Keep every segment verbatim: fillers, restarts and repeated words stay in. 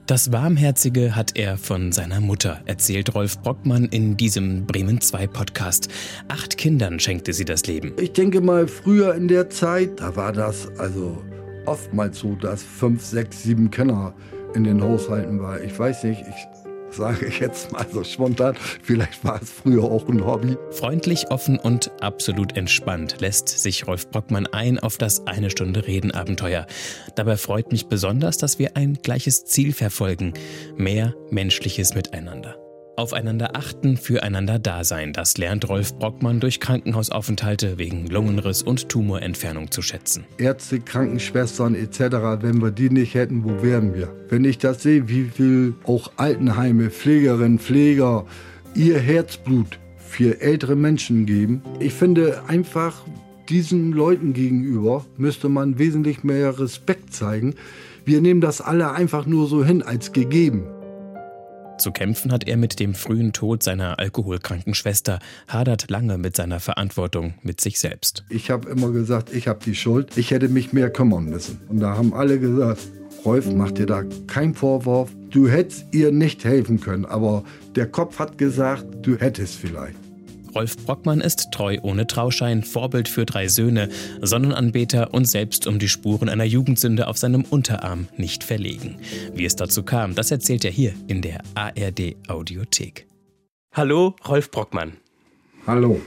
Das Warmherzige hat er von seiner Mutter, erzählt Rolf Brockmann in diesem Bremen zwei Podcast. Acht Kindern schenkte sie das Leben. Ich denke mal, früher in der Zeit, da war das also oftmals so, dass fünf, sechs, sieben Kinder in den Haushalten waren. Ich weiß nicht, ich sage ich jetzt mal so spontan, vielleicht war es früher auch ein Hobby. Freundlich, offen und absolut entspannt lässt sich Rolf Brockmann ein auf das eine Stunde Reden-Abenteuer. Dabei freut mich besonders, dass wir ein gleiches Ziel verfolgen: mehr menschliches Miteinander. Aufeinander achten, füreinander da sein, das lernt Rolf Brockmann durch Krankenhausaufenthalte wegen Lungenriss und Tumorentfernung zu schätzen. Ärzte, Krankenschwestern et cetera, wenn wir die nicht hätten, wo wären wir? Wenn ich das sehe, wie viel auch Altenheime, Pflegerinnen, Pfleger ihr Herzblut für ältere Menschen geben. Ich finde einfach, diesen Leuten gegenüber müsste man wesentlich mehr Respekt zeigen. Wir nehmen das alle einfach nur so hin als gegeben. Zu kämpfen hat er mit dem frühen Tod seiner alkoholkranken Schwester, hadert lange mit seiner Verantwortung mit sich selbst. Ich habe immer gesagt, ich habe die Schuld, ich hätte mich mehr kümmern müssen. Und da haben alle gesagt, Rolf, mach dir da keinen Vorwurf, du hättest ihr nicht helfen können, aber der Kopf hat gesagt, du hättest vielleicht. Rolf Brockmann ist treu ohne Trauschein, Vorbild für drei Söhne, Sonnenanbeter und selbst um die Spuren einer Jugendsünde auf seinem Unterarm nicht verlegen. Wie es dazu kam, das erzählt er hier in der A R D-Audiothek. Hallo, Rolf Brockmann. Hallo.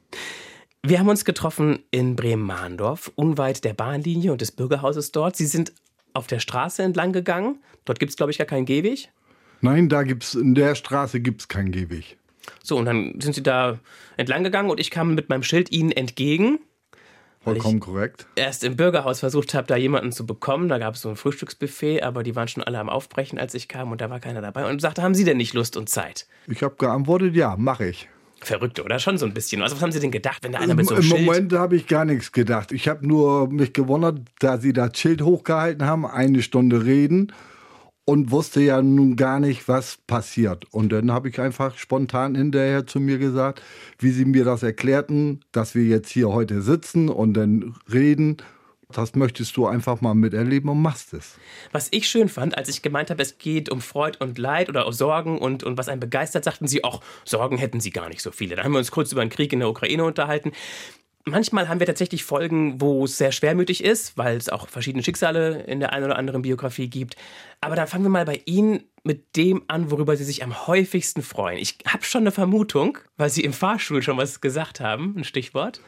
Wir haben uns getroffen in Bremen-Mahndorf, unweit der Bahnlinie und des Bürgerhauses dort. Sie sind auf der Straße entlang gegangen. Dort gibt es, glaube ich, gar keinen Gehweg. Nein, da gibt's, in der Straße gibt es keinen Gehweg. So, und dann sind Sie da entlang gegangen und ich kam mit meinem Schild Ihnen entgegen. Vollkommen korrekt. Erst im Bürgerhaus versucht habe, da jemanden zu bekommen. Da gab es so ein Frühstücksbuffet, aber die waren schon alle am Aufbrechen, als ich kam und da war keiner dabei. Und sagte, haben Sie denn nicht Lust und Zeit? Ich habe geantwortet, ja, mache ich. Verrückt, oder? Schon so ein bisschen. Also was haben Sie denn gedacht, wenn da einer mit so einem Im Schild... Im Moment habe ich gar nichts gedacht. Ich habe nur mich gewundert, da Sie das Schild hochgehalten haben, eine Stunde reden. Und wusste ja nun gar nicht, was passiert. Und dann habe ich einfach spontan hinterher zu mir gesagt, wie sie mir das erklärten, dass wir jetzt hier heute sitzen und dann reden. Das möchtest du einfach mal miterleben und machst es. Was ich schön fand, als ich gemeint habe, es geht um Freud und Leid oder um Sorgen und, und was einen begeistert, sagten sie, ach, Sorgen hätten sie gar nicht so viele. Da haben wir uns kurz über den Krieg in der Ukraine unterhalten. Manchmal haben wir tatsächlich Folgen, wo es sehr schwermütig ist, weil es auch verschiedene Schicksale in der einen oder anderen Biografie gibt. Aber dann fangen wir mal bei Ihnen mit dem an, worüber Sie sich am häufigsten freuen. Ich habe schon eine Vermutung, weil Sie im Fahrstuhl schon was gesagt haben, ein Stichwort.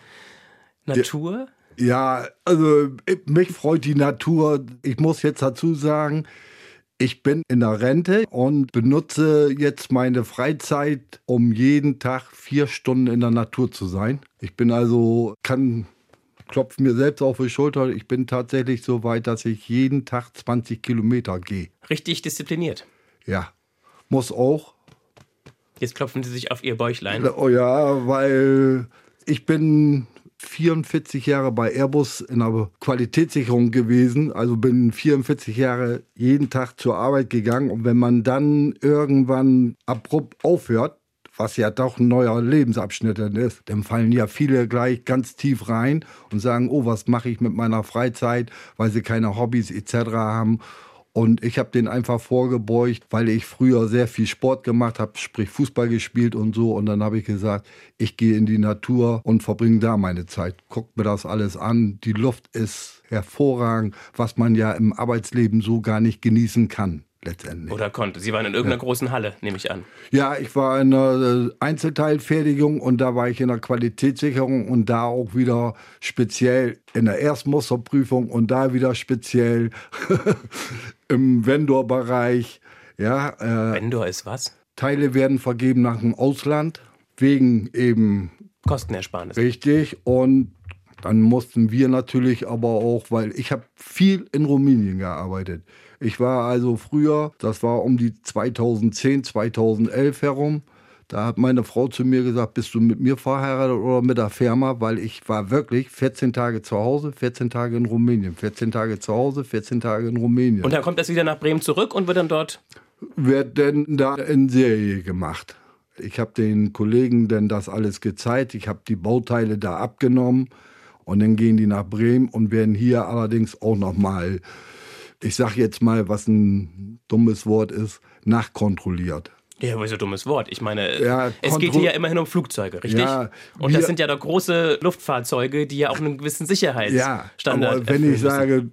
Natur? Ja, also mich freut die Natur. Ich muss jetzt dazu sagen, ich bin in der Rente und benutze jetzt meine Freizeit, um jeden Tag vier Stunden in der Natur zu sein. Ich bin also, kann, klopfe mir selbst auf die Schulter, ich bin tatsächlich so weit, dass ich jeden Tag zwanzig Kilometer gehe. Richtig diszipliniert. Ja, muss auch. Jetzt klopfen Sie sich auf Ihr Bäuchlein. Oh ja, weil ich bin vierundvierzig Jahre bei Airbus in der Qualitätssicherung gewesen, also bin vierundvierzig Jahre jeden Tag zur Arbeit gegangen und wenn man dann irgendwann abrupt aufhört, was ja doch ein neuer Lebensabschnitt ist, dann fallen ja viele gleich ganz tief rein und sagen, oh, was mache ich mit meiner Freizeit, weil sie keine Hobbys et cetera haben. Und ich habe den einfach vorgebeugt, weil ich früher sehr viel Sport gemacht habe, sprich Fußball gespielt und so. Und dann habe ich gesagt, ich gehe in die Natur und verbringe da meine Zeit. Guckt mir das alles an. Die Luft ist hervorragend, was man ja im Arbeitsleben so gar nicht genießen kann. Letztendlich. Oder konnte. Sie waren in irgendeiner ja. großen Halle, nehme ich an. Ja, ich war in der Einzelteilfertigung und da war ich in der Qualitätssicherung und da auch wieder speziell in der Erstmusterprüfung und da wieder speziell im Vendor-Bereich. Ja, äh, Vendor ist was? Teile werden vergeben nach dem Ausland wegen eben Kostenersparnis. Richtig. Und dann mussten wir natürlich aber auch, weil ich habe viel in Rumänien gearbeitet. Ich war also früher, das war um die zweitausendzehn, zweitausendelf herum, da hat meine Frau zu mir gesagt, bist du mit mir verheiratet oder mit der Firma? Weil ich war wirklich vierzehn Tage zu Hause, vierzehn Tage in Rumänien, vierzehn Tage zu Hause, vierzehn Tage in Rumänien. Und dann kommt das wieder nach Bremen zurück und wird dann dort? Wird dann da in Serie gemacht. Ich habe den Kollegen dann das alles gezeigt, ich habe die Bauteile da abgenommen und dann gehen die nach Bremen und werden hier allerdings auch nochmal ich sag jetzt mal, was ein dummes Wort ist, nachkontrolliert. Ja, aber ist ein dummes Wort. Ich meine, Ja, es geht hier ja immerhin um Flugzeuge, richtig? Ja, und das sind ja doch große Luftfahrzeuge, die ja auch einen gewissen Sicherheitsstandard Ja, aber wenn ich sage,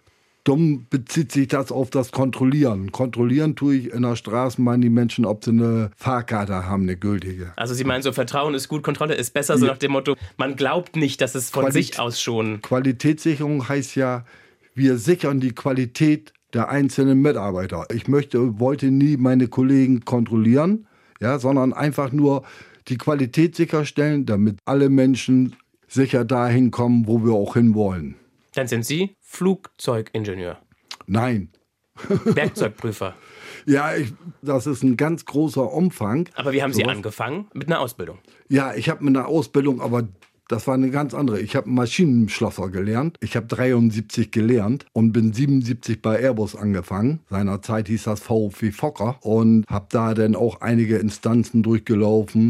dumm bezieht sich das auf das Kontrollieren. Kontrollieren tue ich in der Straßenbahn die Menschen, ob sie eine Fahrkarte haben, eine gültige. Also Sie meinen so, Vertrauen ist gut, Kontrolle ist besser, so nach dem Motto, man glaubt nicht, dass es von Qualit- sich aus schon... Qualitätssicherung heißt ja, wir sichern die Qualität der einzelnen Mitarbeiter. Ich möchte, wollte nie meine Kollegen kontrollieren, ja, sondern einfach nur die Qualität sicherstellen, damit alle Menschen sicher dahin kommen, wo wir auch hinwollen. Dann sind Sie Flugzeugingenieur, Nein. Werkzeugprüfer. Ja, ich, das ist ein ganz großer Umfang. Aber wie haben Sie Sowas. angefangen? Mit einer Ausbildung. Ja, ich habe mit einer Ausbildung, aber das war eine ganz andere. Ich habe Maschinenschlosser gelernt. Ich habe dreiundsiebzig gelernt und bin siebenundsiebzig bei Airbus angefangen. Seinerzeit hieß das VfW Fokker und habe da dann auch einige Instanzen durchgelaufen.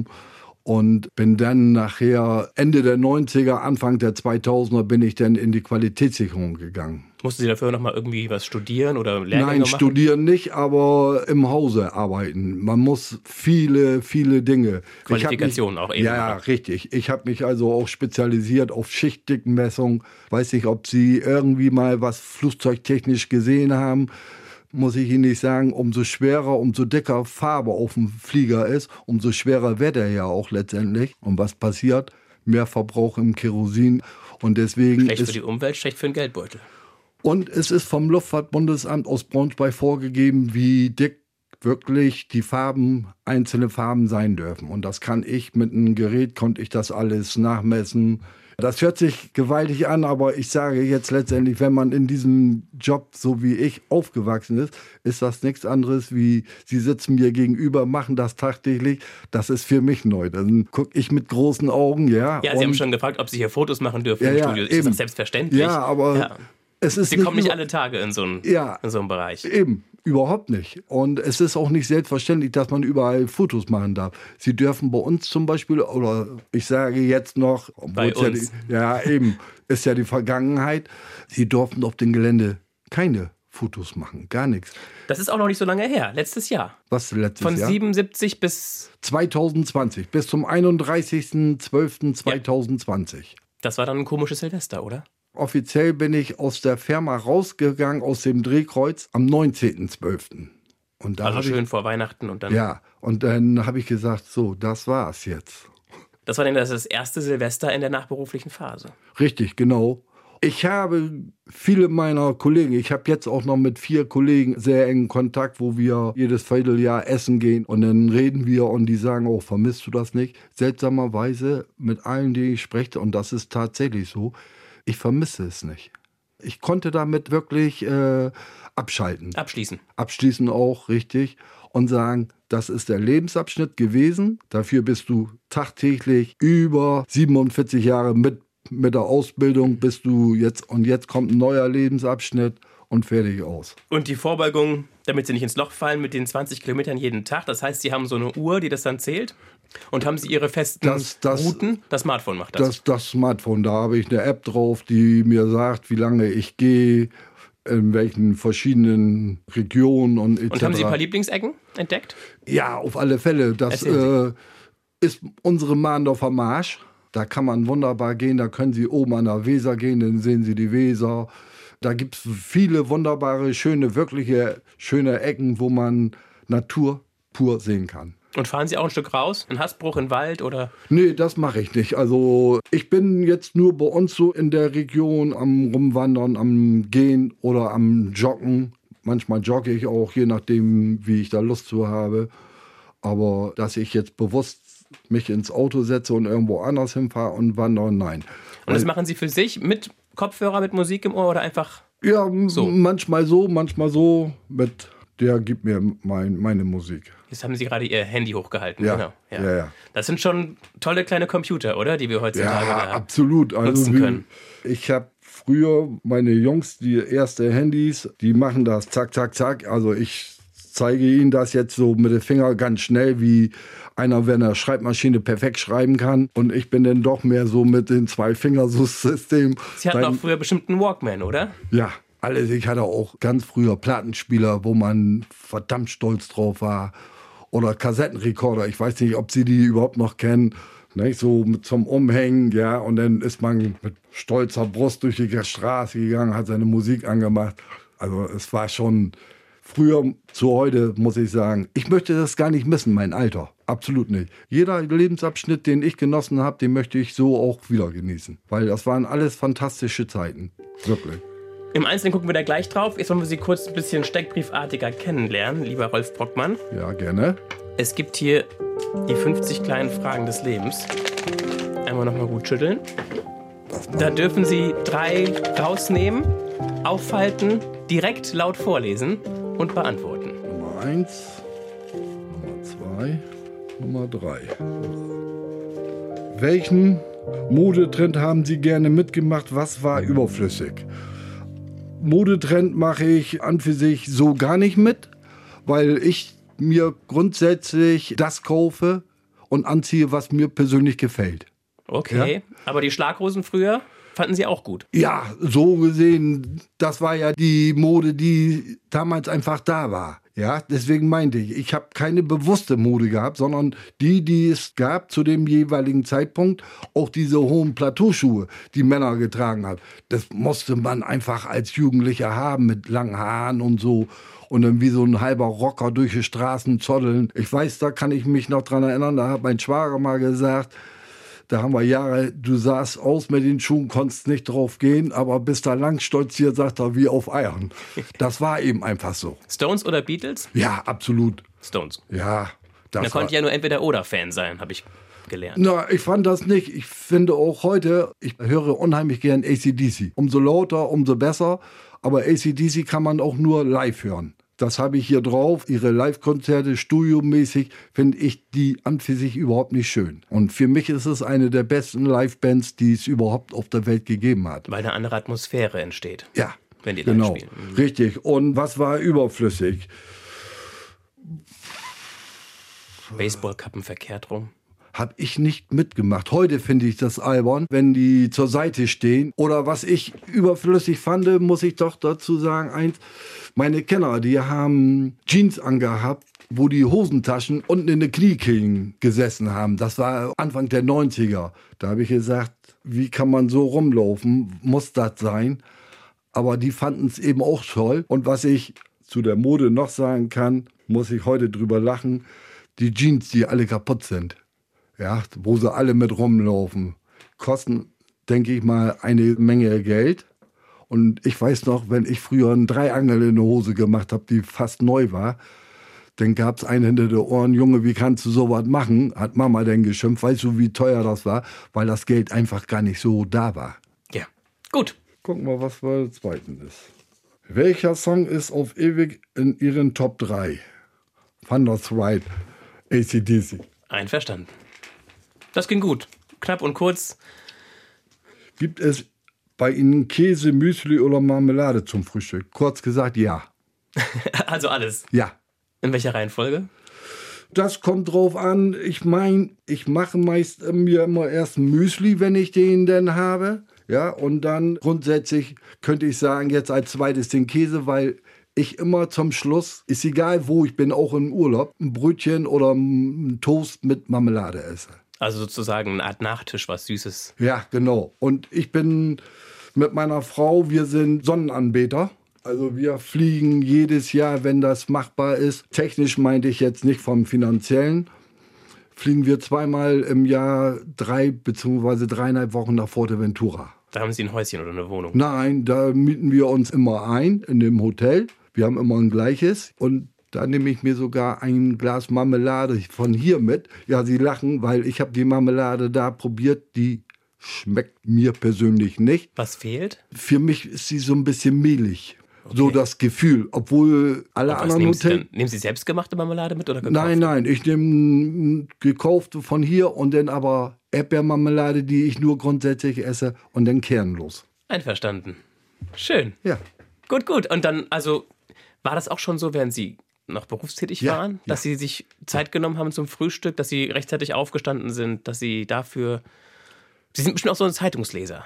Und bin dann nachher Ende der neunziger, Anfang der zweitausender bin ich dann in die Qualitätssicherung gegangen. Mussten Sie dafür nochmal irgendwie was studieren oder Lehrgänge Nein, machen? studieren nicht, aber im Hause arbeiten. Man muss viele, viele Dinge. Qualifikationen auch eben. Ja, oder? richtig. Ich habe mich also auch spezialisiert auf Schichtdickenmessung. Weiß nicht, ob Sie irgendwie mal was flugzeugtechnisch gesehen haben. Muss ich Ihnen nicht sagen, umso schwerer, umso dicker Farbe auf dem Flieger ist, umso schwerer wird er ja auch letztendlich. Und was passiert? Mehr Verbrauch im Kerosin. Und deswegen Schlecht ist für die Umwelt, schlecht für den Geldbeutel. Und es ist vom Luftfahrtbundesamt aus Braunschweig vorgegeben, wie dick wirklich die Farben, einzelne Farben sein dürfen. Und das kann ich mit einem Gerät, konnte ich das alles nachmessen. Das hört sich gewaltig an, aber ich sage jetzt letztendlich, wenn man in diesem Job, so wie ich, aufgewachsen ist, ist das nichts anderes wie, Sie sitzen mir gegenüber, machen das tagtäglich. Das ist für mich neu. Dann gucke ich mit großen Augen, ja. Ja, Sie haben schon gefragt, ob Sie hier Fotos machen dürfen Ja, im ja, Studio. Ist eben. das selbstverständlich? Ja, aber Ja. es ist Sie nicht kommen nicht über- alle Tage in so einen, Ja. in so einen Bereich. Eben, überhaupt nicht. Und es ist auch nicht selbstverständlich, dass man überall Fotos machen darf. Sie dürfen bei uns zum Beispiel, oder ich sage jetzt noch, obwohl Bei es ja, uns. die, ja eben, ist ja die Vergangenheit, Sie durften auf dem Gelände keine Fotos machen, gar nichts. Das ist auch noch nicht so lange her, letztes Jahr. Was letztes Von Jahr? siebenundsiebzig bis, zwanzig zwanzig, bis zum einunddreißigsten zwölften zweitausendzwanzig. das war dann ein komisches Silvester, oder? Offiziell bin ich aus der Firma rausgegangen, aus dem Drehkreuz, am neunzehnten zwölften Und da Also hab schön ich, vor Weihnachten und dann... Ja, und dann habe ich gesagt, so, das war's jetzt. Das war denn das erste Silvester in der nachberuflichen Phase. Richtig, genau. Ich habe viele meiner Kollegen, ich habe jetzt auch noch mit vier Kollegen sehr engen Kontakt, wo wir jedes Vierteljahr essen gehen und dann reden wir und die sagen auch, vermisst du das nicht? Seltsamerweise mit allen, die ich spreche, und das ist tatsächlich so, ich vermisse es nicht. Ich konnte damit wirklich äh, abschalten. Abschließen. Abschließen auch, richtig. Und sagen, das ist der Lebensabschnitt gewesen. Dafür bist du tagtäglich über siebenundvierzig Jahre mit, mit der Ausbildung, bist du jetzt, und jetzt kommt ein neuer Lebensabschnitt und fertig aus. Und die Vorbeugung, damit Sie nicht ins Loch fallen, mit den zwanzig Kilometern jeden Tag. Das heißt, Sie haben so eine Uhr, die das dann zählt. Und haben Sie Ihre festen Das- das- Routen? Das Smartphone macht das. Das, das Smartphone, da habe ich eine App drauf, die mir sagt, wie lange ich gehe, in welchen verschiedenen Regionen und et cetera. Und haben Sie ein paar Lieblingsecken entdeckt? Ja, auf alle Fälle. Das Erzählen äh, ist unsere Mahndorfer Marsch. Da kann man wunderbar gehen. Da können Sie oben an der Weser gehen, dann sehen Sie die Weser. Da gibt es viele wunderbare, schöne, wirkliche, schöne Ecken, wo man Natur pur sehen kann. Und fahren Sie auch ein Stück raus? In Hasbruch, in den Wald oder? Nee, das mache ich nicht. Also ich bin jetzt nur bei uns so in der Region am Rumwandern, am Gehen oder am Joggen. Manchmal jogge ich auch, je nachdem, wie ich da Lust zu habe. Aber dass ich jetzt bewusst mich ins Auto setze und irgendwo anders hinfahre und wandere, nein. Und das machen Sie für sich mit Kopfhörer, mit Musik im Ohr oder einfach? Ja, m- So. manchmal so, manchmal so. Mit der gibt mir mein, meine Musik. Jetzt haben Sie gerade Ihr Handy hochgehalten. Ja, Genau. ja, ja. Das sind schon tolle kleine Computer, oder? Die wir heutzutage Ja, da absolut. Also nutzen wie- können. Ich habe früher meine Jungs, die erste Handys, die machen das zack, zack, zack. Also ich zeige ihnen das jetzt so mit den Fingern ganz schnell, wie einer, wenn er Schreibmaschine perfekt schreiben kann. Und ich bin dann doch mehr so mit den zwei Finger so System. Sie hatten auch früher bestimmt einen Walkman, oder? Ja, alles. Ich hatte auch ganz früher Plattenspieler, wo man verdammt stolz drauf war. Oder Kassettenrekorder. Ich weiß nicht, ob Sie die überhaupt noch kennen. Nicht? So mit zum Umhängen, ja. Und dann ist man mit stolzer Brust durch die Straße gegangen, hat seine Musik angemacht. Also es war schon früher zu heute, muss ich sagen. Ich möchte das gar nicht missen, mein Alter. Absolut nicht. Jeder Lebensabschnitt, den ich genossen habe, den möchte ich so auch wieder genießen. Weil das waren alles fantastische Zeiten. Wirklich. Im Einzelnen gucken wir da gleich drauf. Jetzt wollen wir Sie kurz ein bisschen steckbriefartiger kennenlernen, lieber Rolf Brockmann. Ja, gerne. Es gibt hier die fünfzig kleinen Fragen des Lebens. Einmal nochmal gut schütteln. Da dürfen Sie drei rausnehmen, aufhalten, direkt laut vorlesen und beantworten. Nummer eins, Nummer zwei, Nummer drei. Welchen Modetrend haben Sie gerne mitgemacht? Was war überflüssig? Modetrend mache ich an für sich so gar nicht mit, weil ich mir grundsätzlich das kaufe und anziehe, was mir persönlich gefällt. Okay, ja? Aber die Schlaghosen früher fanden Sie auch gut? Ja, so gesehen, das war ja die Mode, die damals einfach da war. Ja, deswegen meinte ich, ich habe keine bewusste Mode gehabt, sondern die, die es gab zu dem jeweiligen Zeitpunkt, auch diese hohen Plateauschuhe, die Männer getragen haben. Das musste man einfach als Jugendlicher haben mit langen Haaren und so. Und dann wie so ein halber Rocker durch die Straßen zoddeln. Ich weiß, da kann ich mich noch dran erinnern, da hat mein Schwager mal gesagt, da haben wir Jahre, du sahst aus mit den Schuhen, konntest nicht drauf gehen, aber bis da lang stolziert, sagt er, wie auf Eiern. Das war eben einfach so. Stones oder Beatles? Ja, absolut. Stones. Ja. Das Man konnte ja nur entweder oder Fan sein, habe ich gelernt. Na, ich fand das nicht. Ich finde auch heute, ich höre unheimlich gern A C D C. Umso lauter, umso besser. Aber A C D C kann man auch nur live hören. Das habe ich hier drauf. Ihre Live-Konzerte, studiomäßig, finde ich die an für sich überhaupt nicht schön. Und für mich ist es eine der besten Live-Bands, die es überhaupt auf der Welt gegeben hat. Weil eine andere Atmosphäre entsteht. Ja, wenn die live genau. spielen. Mhm. Richtig. Und was war überflüssig? Baseballkappen verkehrt rum. Habe ich nicht mitgemacht. Heute finde ich das albern, wenn die zur Seite stehen. Oder was ich überflüssig fand, muss ich doch dazu sagen, eins, meine Kenner, die haben Jeans angehabt, wo die Hosentaschen unten in den Kniekehlen gesessen haben. Das war Anfang der neunziger. Da habe ich gesagt, wie kann man so rumlaufen? Muss das sein? Aber die fanden es eben auch toll. Und was ich zu der Mode noch sagen kann, muss ich heute drüber lachen, die Jeans, die alle kaputt sind. Ja, wo sie alle mit rumlaufen, kosten, denke ich mal, eine Menge Geld. Und ich weiß noch, wenn ich früher einen Dreiangel in der Hose gemacht habe, die fast neu war, dann gab es einen hinter den Ohren, Junge, wie kannst du sowas machen? Hat Mama denn geschimpft, weißt du, wie teuer das war? Weil das Geld einfach gar nicht so da war. Ja, gut. Gucken wir, was bei der zweiten ist. Welcher Song ist auf ewig in Ihren Top drei? Thunder's Ride, A C D C. Einverstanden. Das ging gut. Knapp und kurz. Gibt es bei Ihnen Käse, Müsli oder Marmelade zum Frühstück? Kurz gesagt, ja. Also alles? Ja. In welcher Reihenfolge? Das kommt drauf an. Ich meine, ich mache meist mir immer erst Müsli, wenn ich den denn habe. Ja, und dann grundsätzlich könnte ich sagen, jetzt als zweites den Käse, weil ich immer zum Schluss, ist egal wo ich bin, auch im Urlaub, ein Brötchen oder ein Toast mit Marmelade esse. Also sozusagen eine Art Nachtisch, was Süßes. Ja, genau. Und ich bin mit meiner Frau, wir sind Sonnenanbeter. Also wir fliegen jedes Jahr, wenn das machbar ist. Technisch meinte ich jetzt nicht vom Finanziellen. Fliegen wir zweimal im Jahr drei bzw. dreieinhalb Wochen nach Fuerteventura. Da haben Sie ein Häuschen oder eine Wohnung? Nein, da mieten wir uns immer ein in dem Hotel. Wir haben immer ein gleiches und da nehme ich mir sogar ein Glas Marmelade von hier mit. Ja, Sie lachen, weil ich habe die Marmelade da probiert, die schmeckt mir persönlich nicht. Was fehlt? Für mich ist sie so ein bisschen mehlig. Okay. So das Gefühl, obwohl alle anderen Hotels... Nehmen Sie selbstgemachte Marmelade mit oder gekauft? Nein, nein, ich nehme gekaufte von hier und dann aber Erdbeermarmelade, die ich nur grundsätzlich esse und dann kernlos. Einverstanden. Schön. Ja. Gut, gut. Und dann, also, war das auch schon so, während Sie noch berufstätig ja, waren, dass ja. Sie sich Zeit genommen haben zum Frühstück, dass Sie rechtzeitig aufgestanden sind, dass Sie dafür... Sie sind bestimmt auch so ein Zeitungsleser.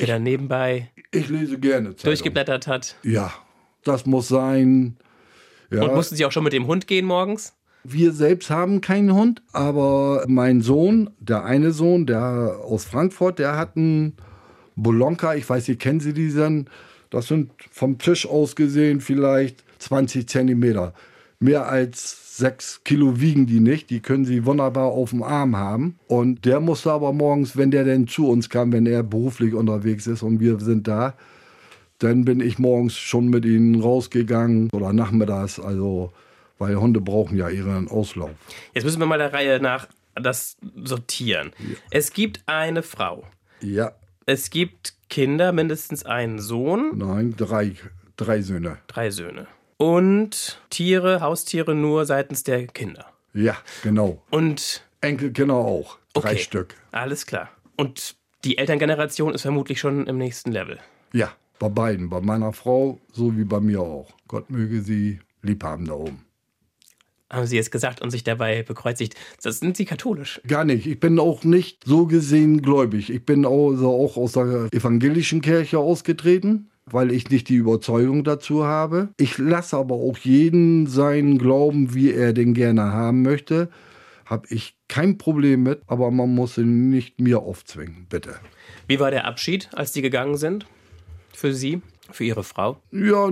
der dann nebenbei Ich lese gerne Zeitung. durchgeblättert hat. Ja, das muss sein. Ja. Und mussten Sie auch schon mit dem Hund gehen morgens? Wir selbst haben keinen Hund, aber mein Sohn, der eine Sohn, der aus Frankfurt, der hat einen Bolonka, ich weiß nicht, kennen Sie diesen? Das sind vom Tisch aus gesehen vielleicht zwanzig Zentimeter. Mehr als sechs Kilo wiegen die nicht, die können Sie wunderbar auf dem Arm haben. Und der musste aber morgens, wenn der denn zu uns kam, wenn er beruflich unterwegs ist und wir sind da, dann bin ich morgens schon mit ihnen rausgegangen oder nachmittags, also weil Hunde brauchen ja ihren Auslauf. Jetzt müssen wir mal der Reihe nach das sortieren. Ja. Es gibt eine Frau. Ja. Es gibt Kinder, mindestens einen Sohn. Nein, drei, drei Söhne. Drei Söhne. Und Tiere, Haustiere nur seitens der Kinder. Ja, genau. Und Enkelkinder auch. Drei okay, Stück. Alles klar. Und die Elterngeneration ist vermutlich schon im nächsten Level. Ja, bei beiden. Bei meiner Frau so wie bei mir auch. Gott möge sie lieb haben da oben. Haben Sie jetzt gesagt und sich dabei bekreuzigt. Das sind Sie katholisch? Gar nicht. Ich bin auch nicht so gesehen gläubig. Ich bin also auch aus der evangelischen Kirche ausgetreten, weil ich nicht die Überzeugung dazu habe. Ich lasse aber auch jeden seinen Glauben, wie er den gerne haben möchte. Habe ich kein Problem mit, aber man muss ihn nicht mir aufzwingen, bitte. Wie war der Abschied, als Sie gegangen sind? Für Sie? Für Ihre Frau? Ja,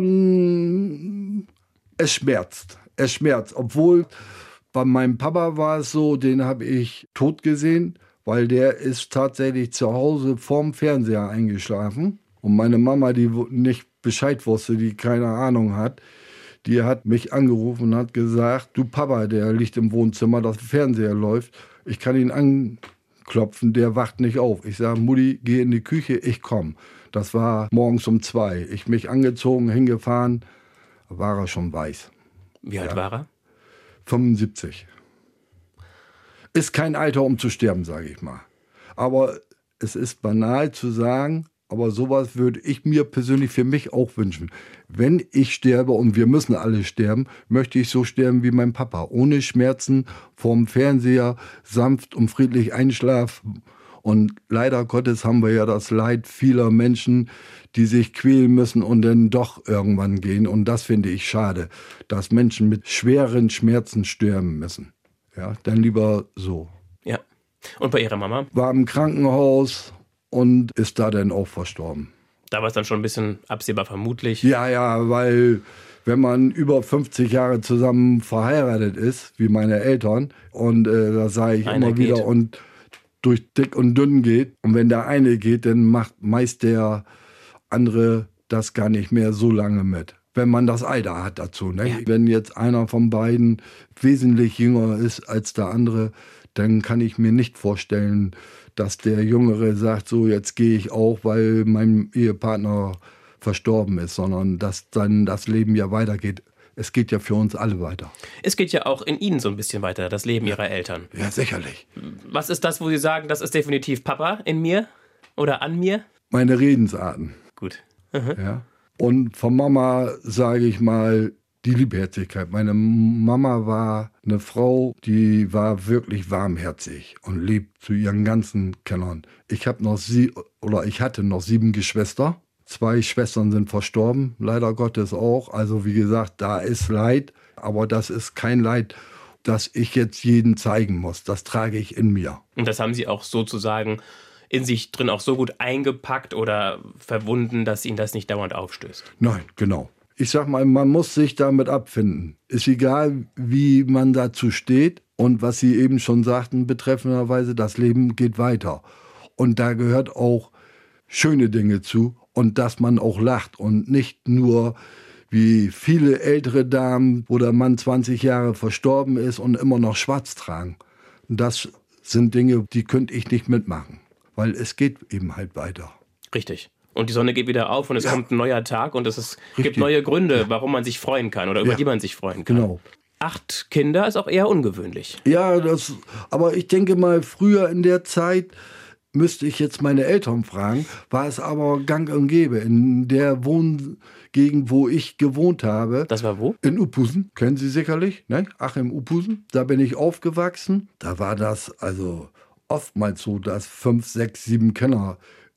n- es schmerzt. Es schmerzt. Obwohl bei meinem Papa war es so, den habe ich tot gesehen, weil der ist tatsächlich zu Hause vorm Fernseher eingeschlafen. Und meine Mama, die nicht Bescheid wusste, die keine Ahnung hat, die hat mich angerufen und hat gesagt, du Papa, der liegt im Wohnzimmer, das Fernseher läuft, ich kann ihn anklopfen, der wacht nicht auf. Ich sage, Mutti, geh in die Küche, ich komme. Das war morgens um zwei. Ich mich angezogen, hingefahren, war er schon weiß. Wie alt Ja. war er? fünfundsiebzig. Ist kein Alter, um zu sterben, sage ich mal. Aber es ist banal zu sagen, aber sowas würde ich mir persönlich für mich auch wünschen. Wenn ich sterbe, und wir müssen alle sterben, möchte ich so sterben wie mein Papa. Ohne Schmerzen, vorm Fernseher, sanft und friedlich einschlafen. Und leider Gottes haben wir ja das Leid vieler Menschen, die sich quälen müssen und dann doch irgendwann gehen. Und das finde ich schade, dass Menschen mit schweren Schmerzen sterben müssen. Ja, dann lieber so. Ja. Und bei Ihrer Mama? War im Krankenhaus und ist da dann auch verstorben. Da war es dann schon ein bisschen absehbar, vermutlich. Ja, ja, weil wenn man über fünfzig Jahre zusammen verheiratet ist, wie meine Eltern, und äh, da sage ich Einer immer wieder, geht. und durch dick und dünn geht, und wenn der eine geht, dann macht meist der andere das gar nicht mehr so lange mit. Wenn man das Alter hat dazu. Ne? Ja. Wenn jetzt einer von beiden wesentlich jünger ist als der andere, dann kann ich mir nicht vorstellen, dass der Jüngere sagt, so jetzt gehe ich auch, weil mein Ehepartner verstorben ist, sondern dass dann das Leben ja weitergeht. Es geht ja für uns alle weiter. Es geht ja auch in Ihnen so ein bisschen weiter, das Leben Ihrer Eltern. Ja, sicherlich. Was ist das, wo Sie sagen, das ist definitiv Papa in mir oder an mir? Meine Redensarten. Gut. Ja. Und von Mama sage ich mal die Liebherzigkeit. Meine Mama war eine Frau, die war wirklich warmherzig und lieb zu ihren ganzen Kindern. Ich habe noch sie oder ich hatte noch sieben Geschwister. Zwei Schwestern sind verstorben, leider Gottes auch. Also wie gesagt, da ist Leid, aber das ist kein Leid, das ich jetzt jedem zeigen muss. Das trage ich in mir. Und das haben Sie auch sozusagen in sich drin auch so gut eingepackt oder verwunden, dass Ihnen das nicht dauernd aufstößt. Nein, genau. Ich sag mal, man muss sich damit abfinden. Ist egal, wie man dazu steht. Und was Sie eben schon sagten, betreffenderweise, das Leben geht weiter. Und da gehört auch schöne Dinge zu. Und dass man auch lacht und nicht nur wie viele ältere Damen, wo der Mann zwanzig Jahre verstorben ist und immer noch schwarz tragen. Das sind Dinge, die könnte ich nicht mitmachen. Weil es geht eben halt weiter. Richtig. Und die Sonne geht wieder auf und es Ja. kommt ein neuer Tag und es ist, gibt Richtig. neue Gründe, Ja. warum man sich freuen kann oder über Ja. die man sich freuen kann. Genau. Acht Kinder ist auch eher ungewöhnlich. Ja, das, aber ich denke mal, früher in der Zeit, müsste ich jetzt meine Eltern fragen, war es aber gang und gäbe. In der Wohngegend, wo ich gewohnt habe, Das war wo? in Uphusen, kennen Sie sicherlich, ne? Achim Uphusen, da bin ich aufgewachsen. Da war das also oftmals so, dass fünf, sechs, sieben Kinder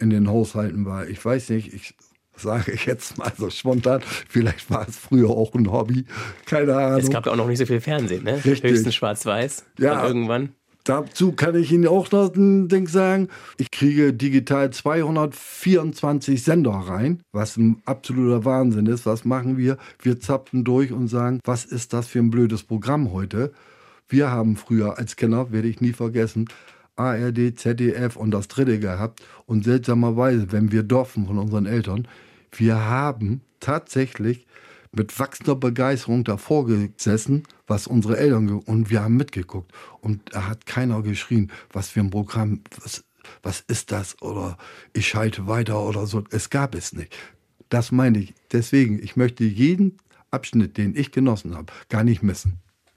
in den Haushalten war. Ich weiß nicht, ich sage ich jetzt mal so spontan, vielleicht war es früher auch ein Hobby, keine Ahnung. Es gab ja auch noch nicht so viel Fernsehen, ne? Richtig. Höchstens schwarz-weiß. Ja. Und irgendwann. Dazu kann ich Ihnen auch noch ein Ding sagen. Ich kriege digital zweihundertvierundzwanzig Sender rein, was ein absoluter Wahnsinn ist. Was machen wir? Wir zapfen durch und sagen, was ist das für ein blödes Programm heute? Wir haben früher als Kinder, werde ich nie vergessen, A R D, Z D F und das dritte gehabt. Und seltsamerweise, wenn wir durften von unseren Eltern, wir haben tatsächlich mit wachsender Begeisterung davor gesessen, was unsere Eltern, ge- und wir haben mitgeguckt. Und da hat keiner geschrien, was für ein Programm, was, was ist das? Oder ich schalte weiter oder so. Es gab es nicht. Das meine ich. Deswegen, ich möchte jeden Abschnitt, den ich genossen habe, gar nicht missen.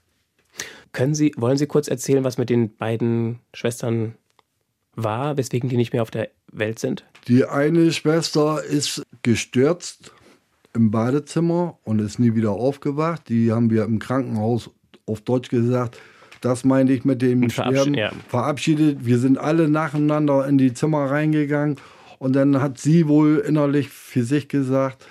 Können Sie, wollen Sie kurz erzählen, was mit den beiden Schwestern war, weswegen die nicht mehr auf der Welt sind? Die eine Schwester ist gestürzt im Badezimmer und ist nie wieder aufgewacht. Die haben wir im Krankenhaus auf Deutsch gesagt. Das meine ich mit dem Verabsch- Sterben. ja. Verabschiedet. Wir sind alle nacheinander in die Zimmer reingegangen und dann hat sie wohl innerlich für sich gesagt,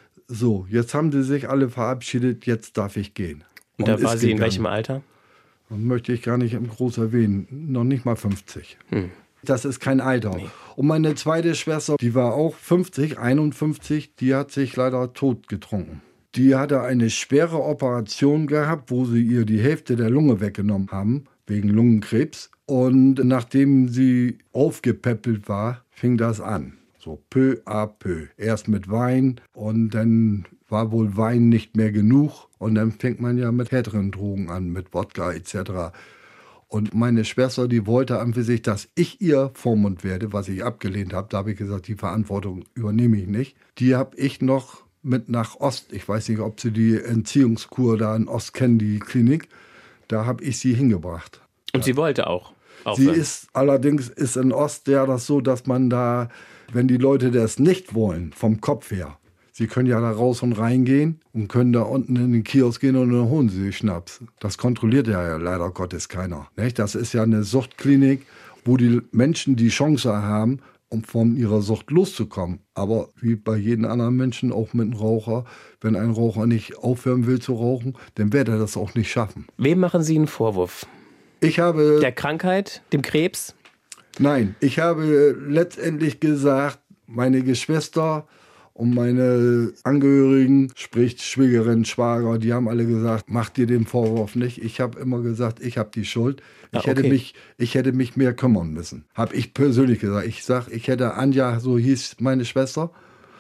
so, jetzt haben sie sich alle verabschiedet, jetzt darf ich gehen. Und da ist war sie in gegangen. welchem Alter? Das möchte ich gar nicht im groß erwähnen. Noch nicht mal fünfzig. Hm. Das ist kein Alter. Nee. Und meine zweite Schwester, die war auch fünfzig, einundfünfzig, die hat sich leider tot getrunken. Die hatte eine schwere Operation gehabt, wo sie ihr die Hälfte der Lunge weggenommen haben, wegen Lungenkrebs. Und nachdem sie aufgepäppelt war, fing das an. So peu à peu. Erst mit Wein und dann war wohl Wein nicht mehr genug. Und dann fängt man ja mit härteren Drogen an, mit Wodka et cetera. Und meine Schwester, die wollte an für sich, dass ich ihr Vormund werde, was ich abgelehnt habe. Da habe ich gesagt, die Verantwortung übernehme ich nicht. Die habe ich noch mit nach Ost. Ich weiß nicht, ob Sie die Entziehungskur da in Ost kennen, die Klinik. Da habe ich sie hingebracht. Und sie wollte auch Sie aufhören. ist allerdings ist in Ost ja das so, dass man da, wenn die Leute das nicht wollen, vom Kopf her, sie können ja da raus und reingehen und können da unten in den Kiosk gehen und dann holen sie sich Schnaps. Das kontrolliert ja leider Gottes keiner. Nicht? Das ist ja eine Suchtklinik, wo die Menschen die Chance haben, um von ihrer Sucht loszukommen. Aber wie bei jedem anderen Menschen, auch mit einem Raucher, wenn ein Raucher nicht aufhören will zu rauchen, dann wird er das auch nicht schaffen. Wem machen Sie einen Vorwurf? Ich habe... Der Krankheit, dem Krebs? Nein, ich habe letztendlich gesagt, meine Geschwister und meine Angehörigen, sprich Schwägerin, Schwager, die haben alle gesagt, mach dir den Vorwurf nicht. Ich habe immer gesagt, ich habe die Schuld. Ich, Ah, okay. hätte mich, ich hätte mich mehr kümmern müssen. Habe ich persönlich gesagt. Ich sag, ich hätte Anja, so hieß meine Schwester,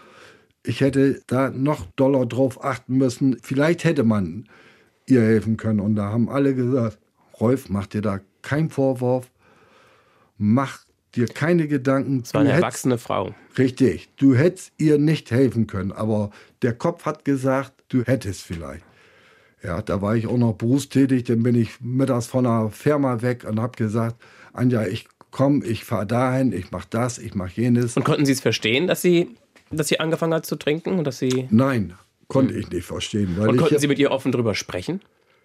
ich hätte da noch doller drauf achten müssen. Vielleicht hätte man ihr helfen können. Und da haben alle gesagt, Rolf, mach dir da keinen Vorwurf. Mach dir keine Gedanken. Es war eine Du hättest- erwachsene Frau. Richtig, du hättest ihr nicht helfen können, aber der Kopf hat gesagt, du hättest vielleicht. Ja, da war ich auch noch berufstätig, dann bin ich mittags von der Firma weg und habe gesagt, Anja, ich komme, ich fahre dahin, ich mache das, ich mache jenes. Und konnten Sie es verstehen, dass sie, dass sie angefangen hat zu trinken? Und, dass sie, Nein, konnte ich nicht verstehen. Weil und ich, konnten Sie mit ihr offen drüber sprechen?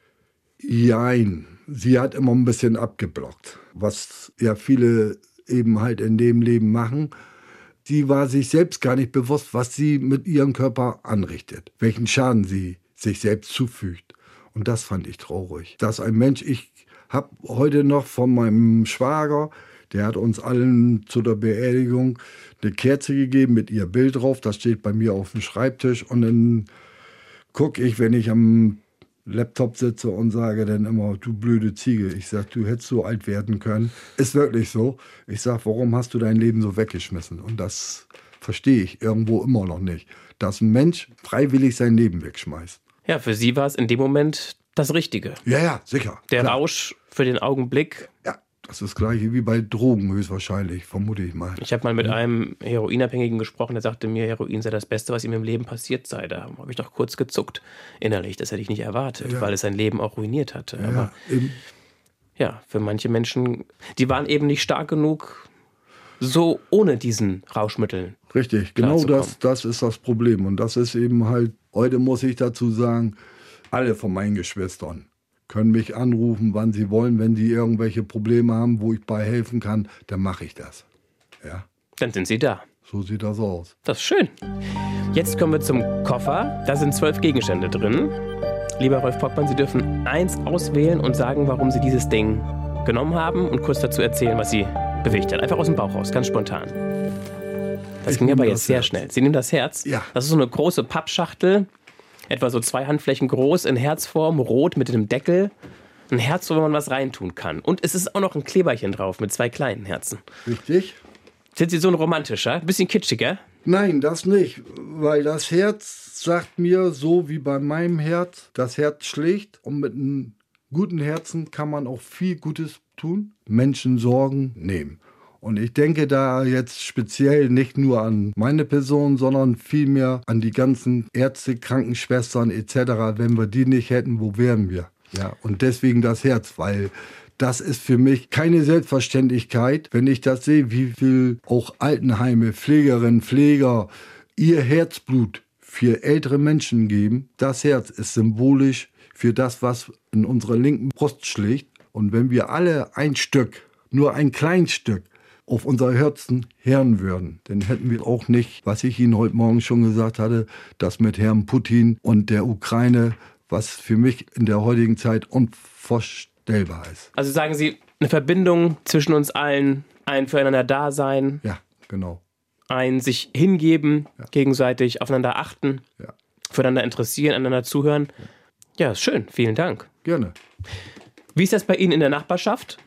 Jein, sie hat immer ein bisschen abgeblockt, was ja viele eben halt in dem Leben machen. Sie war sich selbst gar nicht bewusst, was sie mit ihrem Körper anrichtet, welchen Schaden sie sich selbst zufügt. Und das fand ich traurig. Dass ein Mensch, ich habe heute noch von meinem Schwager, der hat uns allen zu der Beerdigung eine Kerze gegeben mit ihr Bild drauf. Das steht bei mir auf dem Schreibtisch. Und dann gucke ich, wenn ich am Laptop sitze und sage dann immer, du blöde Ziege. Ich sage, du hättest so alt werden können. Ist wirklich so. Ich sage, warum hast du dein Leben so weggeschmissen? Und das verstehe ich irgendwo immer noch nicht. Dass ein Mensch freiwillig sein Leben wegschmeißt. Ja, für Sie war es in dem Moment das Richtige. Ja, ja, sicher. Der klar. Rausch für den Augenblick. Ja, das ist das Gleiche wie bei Drogen höchstwahrscheinlich, vermute ich mal. Ich habe mal mit einem Heroinabhängigen gesprochen, der sagte mir, Heroin sei das Beste, was ihm im Leben passiert sei. Da habe ich doch kurz gezuckt innerlich. Das hätte ich nicht erwartet, Ja. weil es sein Leben auch ruiniert hatte. Ja, Aber eben. ja, für manche Menschen, die waren eben nicht stark genug, so ohne diesen Rauschmitteln. Richtig, genau klarzukommen. das, das ist das Problem. Und das ist eben halt, heute muss ich dazu sagen, alle von meinen Geschwistern können mich anrufen, wann sie wollen. Wenn die irgendwelche Probleme haben, wo ich bei helfen kann, dann mache ich das. Ja. Dann sind Sie da. So sieht das aus. Das ist schön. Jetzt kommen wir zum Koffer. Da sind zwölf Gegenstände drin. Lieber Rolf Pockmann, Sie dürfen eins auswählen und sagen, warum Sie dieses Ding genommen haben und kurz dazu erzählen, was Sie bewegt hat. Einfach aus dem Bauch raus, ganz spontan. Das Ich ging aber nehme jetzt das sehr Herz. schnell. Sie nehmen das Herz. Ja. Das ist so eine große Pappschachtel, etwa so zwei Handflächen groß, in Herzform, rot mit einem Deckel. Ein Herz, wo man was reintun kann. Und es ist auch noch ein Kleberchen drauf mit zwei kleinen Herzen. Richtig? Sind Sie so ein romantischer? Bisschen kitschiger? Nein, das nicht, weil das Herz sagt mir, so wie bei meinem Herz, das Herz schlägt und mit einem guten Herzen kann man auch viel Gutes tun, Menschen Sorgen nehmen. Und ich denke da jetzt speziell nicht nur an meine Person, sondern vielmehr an die ganzen Ärzte, Krankenschwestern et cetera. Wenn wir die nicht hätten, wo wären wir? Ja, und deswegen das Herz, weil das ist für mich keine Selbstverständlichkeit, wenn ich das sehe, wie viel auch Altenheime, Pflegerinnen, Pfleger ihr Herzblut für ältere Menschen geben. Das Herz ist symbolisch für das, was in unserer linken Brust schlägt. Und wenn wir alle ein Stück, nur ein kleines Stück, auf unser Herzen hören würden, dann hätten wir auch nicht, was ich Ihnen heute Morgen schon gesagt hatte, das mit Herrn Putin und der Ukraine, was für mich in der heutigen Zeit unvorstellbar ist. Also sagen Sie, eine Verbindung zwischen uns allen, ein füreinander Dasein, Ja, genau. ein sich hingeben, Ja. gegenseitig aufeinander achten, Ja, füreinander interessieren, einander zuhören. Ja, ist schön. Vielen Dank. gerne. Wie ist das bei Ihnen in der Nachbarschaft?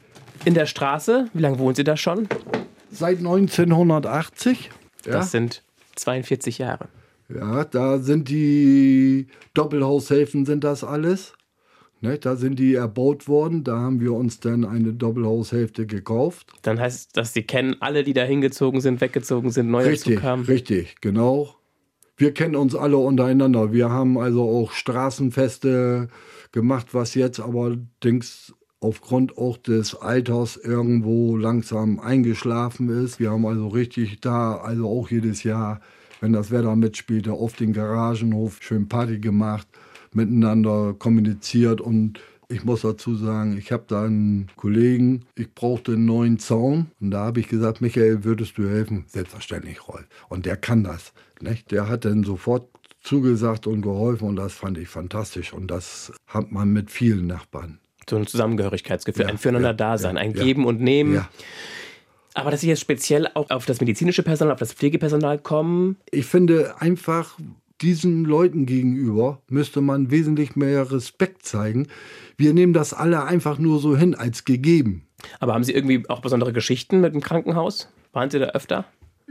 In der Straße? Wie lange wohnen Sie da schon? Seit neunzehnhundertachtzig. Ja, Das sind zweiundvierzig Jahre. ja, da sind die Doppelhaushälften, sind das alles. Ne, da sind die erbaut worden. Da haben wir uns dann eine Doppelhaushälfte gekauft. Dann heißt das, Sie kennen alle, die da hingezogen sind, weggezogen sind, neu dazu Richtig, kamen. richtig, genau. Wir kennen uns alle untereinander. Wir haben also auch Straßenfeste gemacht, was jetzt allerdings aufgrund auch des Alters irgendwo langsam eingeschlafen ist. Wir haben also richtig da, also auch jedes Jahr, wenn das Wetter mitspielte, auf den Garagenhof schön Party gemacht, miteinander kommuniziert. Und ich muss dazu sagen, ich habe da einen Kollegen, ich brauchte einen neuen Zaun. Und da habe ich gesagt, Michael, würdest du helfen? Selbstverständlich, Rolf. Und der kann das. Nicht? Der hat dann sofort zugesagt und geholfen und das fand ich fantastisch. Und das hat man mit vielen Nachbarn. So ein Zusammengehörigkeitsgefühl, Ja, ein füreinander ja, Dasein, ja, ein ja. Geben und Nehmen. Ja. Aber dass Sie jetzt speziell auch auf das medizinische Personal, auf das Pflegepersonal kommen, Ich finde einfach, diesen Leuten gegenüber müsste man wesentlich mehr Respekt zeigen. Wir nehmen das alle einfach nur so hin als gegeben. aber haben Sie irgendwie auch besondere Geschichten mit dem Krankenhaus? Waren Sie da öfter?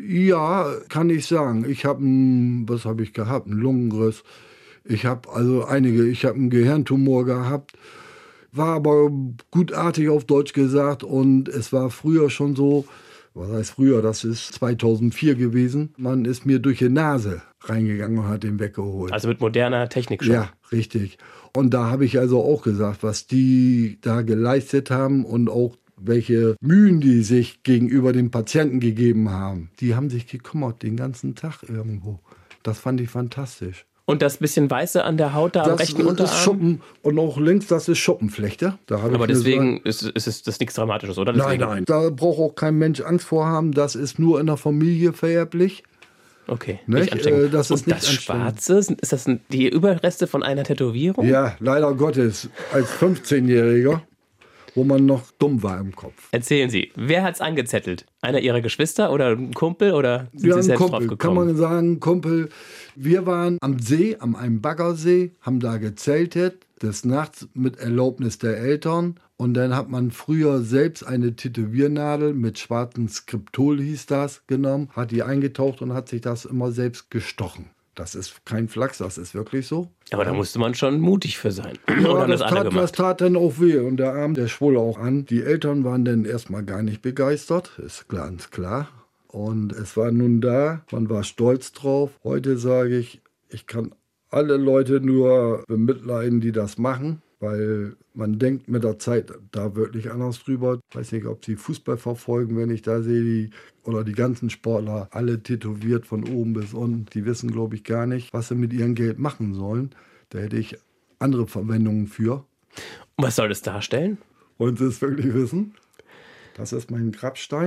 Ja, kann ich sagen. Ich habe einen, was habe ich gehabt? Einen Lungenriss. Ich habe also einige, ich habe einen Gehirntumor gehabt. War aber gutartig auf Deutsch gesagt und es war früher schon so, was heißt früher, das ist zweitausendvier gewesen, man ist mir durch die Nase reingegangen und hat den weggeholt. Also mit moderner Technik schon. Ja, richtig. Und da habe ich also auch gesagt, was die da geleistet haben und auch welche Mühen die sich gegenüber den Patienten gegeben haben. Die haben sich gekümmert den ganzen Tag irgendwo. Das fand ich fantastisch. Und das bisschen Weiße an der Haut da am Das rechten ist Unterarm? Schuppen und auch links, das ist Schuppenflechte. Da habe Aber ich mir deswegen gesagt, ist, ist, ist das nichts Dramatisches, oder? nein, Deswegen. nein, da braucht auch kein Mensch Angst vor haben. Das ist nur in der Familie vererblich. Okay, Nicht? nicht ansteckend. Äh, das ist Und nicht das ansteckend. Schwarze, sind- ist das ein- die Überreste von einer Tätowierung? Ja, leider Gottes, als fünfzehnjähriger, wo man noch dumm war im Kopf. Erzählen Sie, wer hat's angezettelt? Einer Ihrer Geschwister oder ein Kumpel oder sind Ja, Sie ein selbst Kumpel, drauf kann gekommen? man sagen, Kumpel. Wir waren am See, am einem Baggersee, haben da gezeltet, des Nachts mit Erlaubnis der Eltern. Und dann hat man früher selbst eine Tätowiernadel mit schwarzem Skriptol, hieß das, genommen, hat die eingetaucht und hat sich das immer selbst gestochen. Das ist kein Flachs, das ist wirklich so. Aber da musste man schon mutig für sein. Ja, oder haben das, das alle tat, das gemacht? tat dann auch weh und der Arm, der schwoll auch an. Die Eltern waren dann erstmal gar nicht begeistert, ist ganz klar. Und es war nun da, man war stolz drauf. Heute sage ich, ich kann alle Leute nur bemitleiden, die das machen, weil man denkt mit der Zeit da wirklich anders drüber. Ich weiß nicht, ob Sie Fußball verfolgen, wenn ich da sehe, die, oder die ganzen Sportler, alle tätowiert von oben bis unten. Die wissen, glaube ich, gar nicht, was sie mit ihrem Geld machen sollen. Da hätte ich andere Verwendungen für. Und was soll das darstellen? Wollen Sie es wirklich wissen? Das ist mein Grabstein.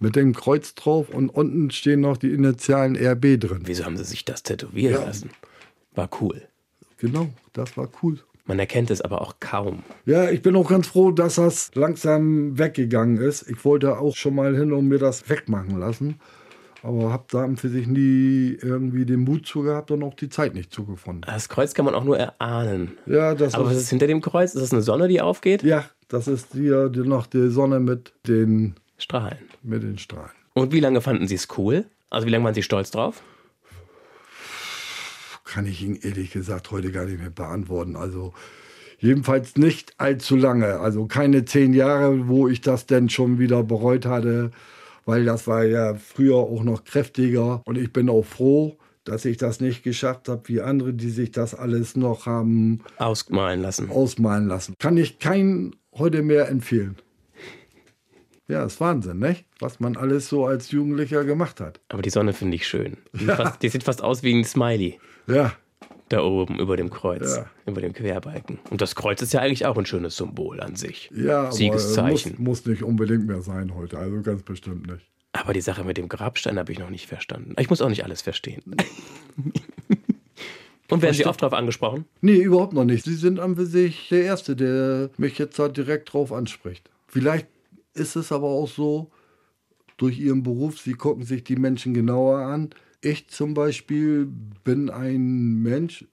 mit dem Kreuz drauf und unten stehen noch die Initialen R B drin. Wieso haben Sie sich das tätowieren Ja. lassen? War cool. Genau, das war cool. Man erkennt es aber auch kaum. Ja, ich bin auch ganz froh, dass das langsam weggegangen ist. Ich wollte auch schon mal hin und mir das wegmachen lassen. Aber habe da für sich nie irgendwie den Mut zu gehabt und auch die Zeit nicht zugefunden. Das Kreuz kann man auch nur erahnen. Ja, das Aber was ist, ist hinter dem Kreuz? Ist das eine Sonne, die aufgeht? ja, das ist hier die- noch die Sonne mit den, Strahlen. mit den Strahlen. Und wie lange fanden Sie es cool? Also wie lange waren Sie stolz drauf? Kann ich Ihnen ehrlich gesagt heute gar nicht mehr beantworten. Also jedenfalls nicht allzu lange. Also keine zehn Jahre, wo ich das denn schon wieder bereut hatte, weil das war ja früher auch noch kräftiger. Und ich bin auch froh, dass ich das nicht geschafft habe, wie andere, die sich das alles noch haben Ausmalen lassen. ausmalen lassen. Kann ich keinen heute mehr empfehlen. Ja, ist Wahnsinn, nicht? Was man alles so als Jugendlicher gemacht hat. Aber die Sonne finde ich schön. Die, sieht fast, die sieht fast aus wie ein Smiley. Ja, Da oben über dem Kreuz. Ja. Über dem Querbalken. Und das Kreuz ist ja eigentlich auch ein schönes Symbol an sich. ja, aber Siegeszeichen. muss, muss nicht unbedingt mehr sein heute. Also ganz bestimmt nicht. Aber die Sache mit dem Grabstein habe ich noch nicht verstanden. Ich muss auch nicht alles verstehen. Und werden Sie oft darauf angesprochen? Nee, überhaupt noch nicht. Sie sind an für sich der Erste, der mich jetzt da direkt drauf anspricht. Vielleicht ist es aber auch so, durch Ihren Beruf, Sie gucken sich die Menschen genauer an. Ich zum Beispiel bin ein Mensch,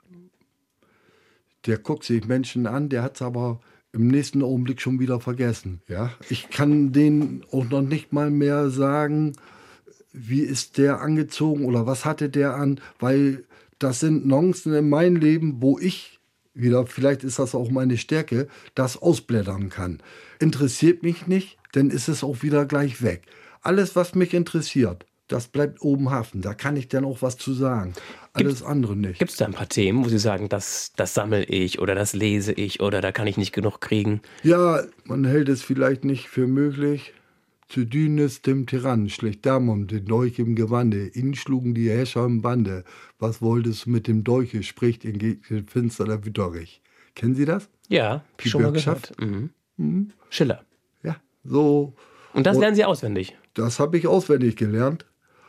der guckt sich Menschen an, der hat es aber im nächsten Augenblick schon wieder vergessen. Ja? Ich kann denen auch noch nicht mal mehr sagen, wie ist der angezogen oder was hatte der an, weil das sind Nuancen in meinem Leben, wo ich wieder, vielleicht ist das auch meine Stärke, das ausblättern kann. Interessiert mich nicht, dann ist es auch wieder gleich weg. Alles, was mich interessiert, das bleibt oben haften. Da kann ich dann auch was zu sagen. Alles Gibt's- andere nicht. Gibt es da ein paar Themen, wo Sie sagen, das, das sammle ich oder das lese ich oder da kann ich nicht genug kriegen? Ja, man hält es vielleicht nicht für möglich. Zu Dynes dem Tyrann schlägt Damon den Dolch im Gewande. Ihn schlugen die Herrscher im Bande. Was wolltest du mit dem Dolche? Spricht in Gegend finster der Witterich. Kennen Sie das? Ja, hab ich Die schon mal Bürgschaft? gehört. Mhm. Schiller. Ja, so. Und das Und- lernen Sie auswendig. Das habe ich auswendig gelernt.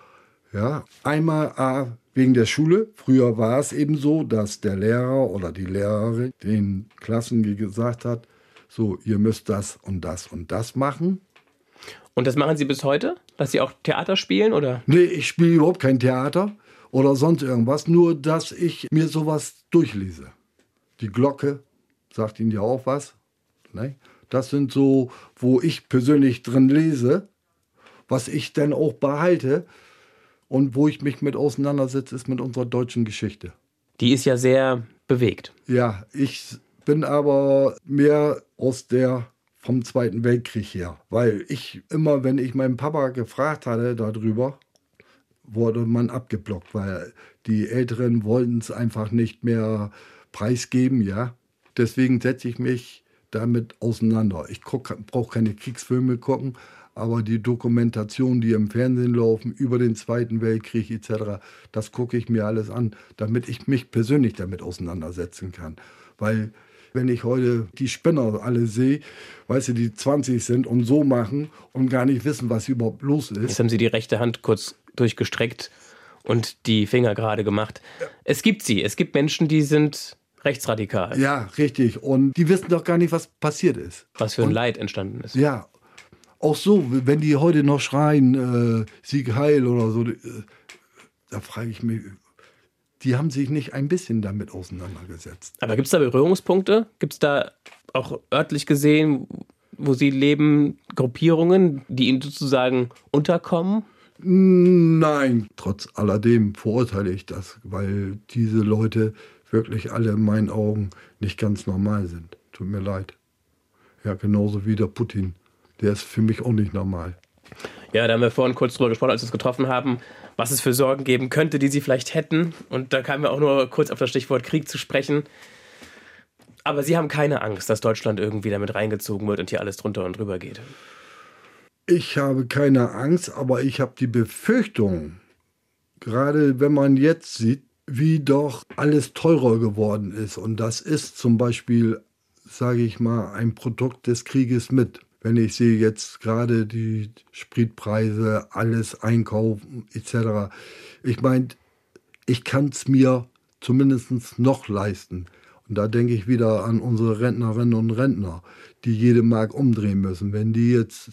Ja, einmal A, wegen der Schule. Früher war es eben so, dass der Lehrer oder die Lehrerin den Klassen gesagt hat, so, ihr müsst das und das und das machen. Und das machen Sie bis heute? Dass Sie auch Theater spielen oder? Nee, ich spiele überhaupt kein Theater oder sonst irgendwas, nur dass ich mir sowas durchlese. Die Glocke sagt Ihnen ja auch was. Ne? Das sind so, wo ich persönlich drin lese, was ich dann auch behalte und wo ich mich mit auseinandersetze, ist mit unserer deutschen Geschichte. Die ist ja sehr bewegt. Ja, ich bin aber mehr aus der vom Zweiten Weltkrieg her, weil ich immer, wenn ich meinen Papa gefragt hatte darüber, wurde man abgeblockt, weil die Älteren wollten es einfach nicht mehr preisgeben, ja. Deswegen setze ich mich damit auseinander. Ich brauche keine Kriegsfilme gucken, aber die Dokumentation, die im Fernsehen laufen über den Zweiten Weltkrieg et cetera, das gucke ich mir alles an, damit ich mich persönlich damit auseinandersetzen kann. Weil wenn ich heute die Spinner alle sehe, weißt du, die zwanzig sind und so machen und gar nicht wissen, was überhaupt los ist. Jetzt haben Sie die rechte Hand kurz durchgestreckt und die Finger gerade gemacht. Es gibt sie. Es gibt Menschen, die sind rechtsradikal. Ja, richtig. Und die wissen doch gar nicht, was passiert ist. Was für ein Leid entstanden ist. Ja, auch so, wenn die heute noch schreien, äh, Sieg Heil oder so, äh, da frage ich mich, die haben sich nicht ein bisschen damit auseinandergesetzt. Aber gibt es da Berührungspunkte? Gibt es da auch örtlich gesehen, wo Sie leben, Gruppierungen, die Ihnen sozusagen unterkommen? Nein, trotz alledem verurteile ich das, weil diese Leute wirklich alle in meinen Augen nicht ganz normal sind. Tut mir leid. Ja, genauso wie der Putin. Der ist für mich auch nicht normal. Ja, da haben wir vorhin kurz drüber gesprochen, als wir uns getroffen haben, was es für Sorgen geben könnte, die Sie vielleicht hätten. Und da kamen wir auch nur kurz auf das Stichwort Krieg zu sprechen. Aber Sie haben keine Angst, dass Deutschland irgendwie damit reingezogen wird und hier alles drunter und drüber geht. Ich habe keine Angst, aber ich habe die Befürchtung, gerade wenn man jetzt sieht, wie doch alles teurer geworden ist. Und das ist zum Beispiel, sage ich mal, ein Produkt des Krieges mit. Wenn ich sehe jetzt gerade die Spritpreise, alles einkaufen et cetera. Ich meine, ich kann es mir zumindest noch leisten. Und da denke ich wieder an unsere Rentnerinnen und Rentner, die jede Mark umdrehen müssen. Wenn die jetzt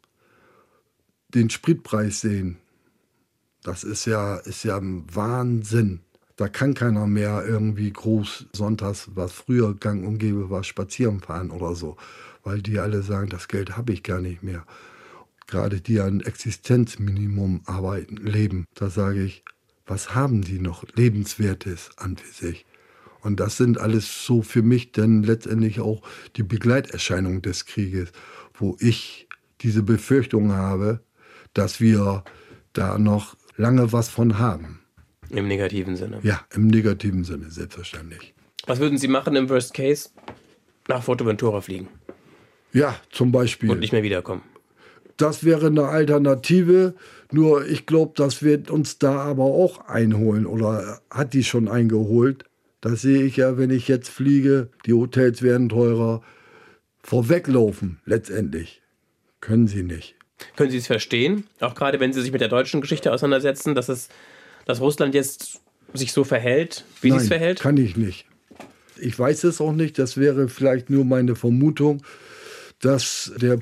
den Spritpreis sehen, das ist ja, ist ja ein Wahnsinn. Da kann keiner mehr irgendwie groß sonntags, was früher gang und gäbe war, spazieren fahren oder so. Weil die alle sagen, das Geld habe ich gar nicht mehr. Gerade die an Existenzminimum arbeiten, leben, da sage ich, was haben die noch Lebenswertes an für sich? Und das sind alles so für mich dann letztendlich auch die Begleiterscheinungen des Krieges, wo ich diese Befürchtung habe, dass wir da noch lange was von haben. Im negativen Sinne? Ja, im negativen Sinne, selbstverständlich. Was würden Sie machen im Worst Case? Nach Fuerteventura fliegen? Ja, zum Beispiel. Und nicht mehr wiederkommen? Das wäre eine Alternative, nur ich glaube, das wird uns da aber auch einholen oder hat die schon eingeholt. Das sehe ich ja, wenn ich jetzt fliege, die Hotels werden teurer. Vorweglaufen letztendlich können sie nicht. Können Sie es verstehen, auch gerade wenn Sie sich mit der deutschen Geschichte auseinandersetzen, dass, es, dass Russland jetzt sich so verhält, wie Nein, es sich verhält? Kann ich nicht. Ich weiß es auch nicht, das wäre vielleicht nur meine Vermutung, dass der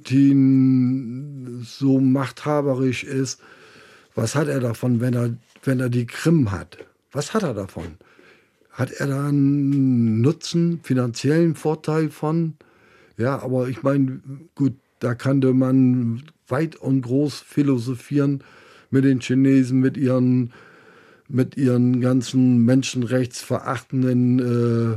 Putin so machthaberisch ist. Was hat er davon, wenn er, wenn er die Krim hat? Was hat er davon? Hat er da einen Nutzen, finanziellen Vorteil von? Ja, aber ich meine, gut, da kannte man weit und groß philosophieren mit den Chinesen, mit ihren, mit ihren ganzen menschenrechtsverachtenden äh,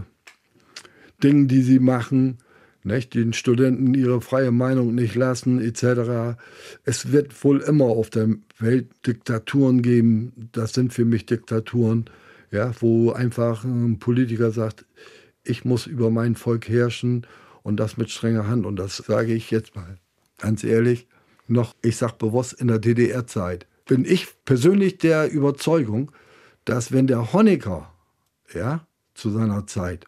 Dingen, die sie machen. Nicht? Den Studenten ihre freie Meinung nicht lassen, et cetera. Es wird wohl immer auf der Welt Diktaturen geben. Das sind für mich Diktaturen, ja, wo einfach ein Politiker sagt, ich muss über mein Volk herrschen und das mit strenger Hand. Und das sage ich jetzt mal ganz ehrlich, noch, ich sage bewusst, in der D D R-Zeit bin ich persönlich der Überzeugung, dass wenn der Honecker, ja, zu seiner Zeit,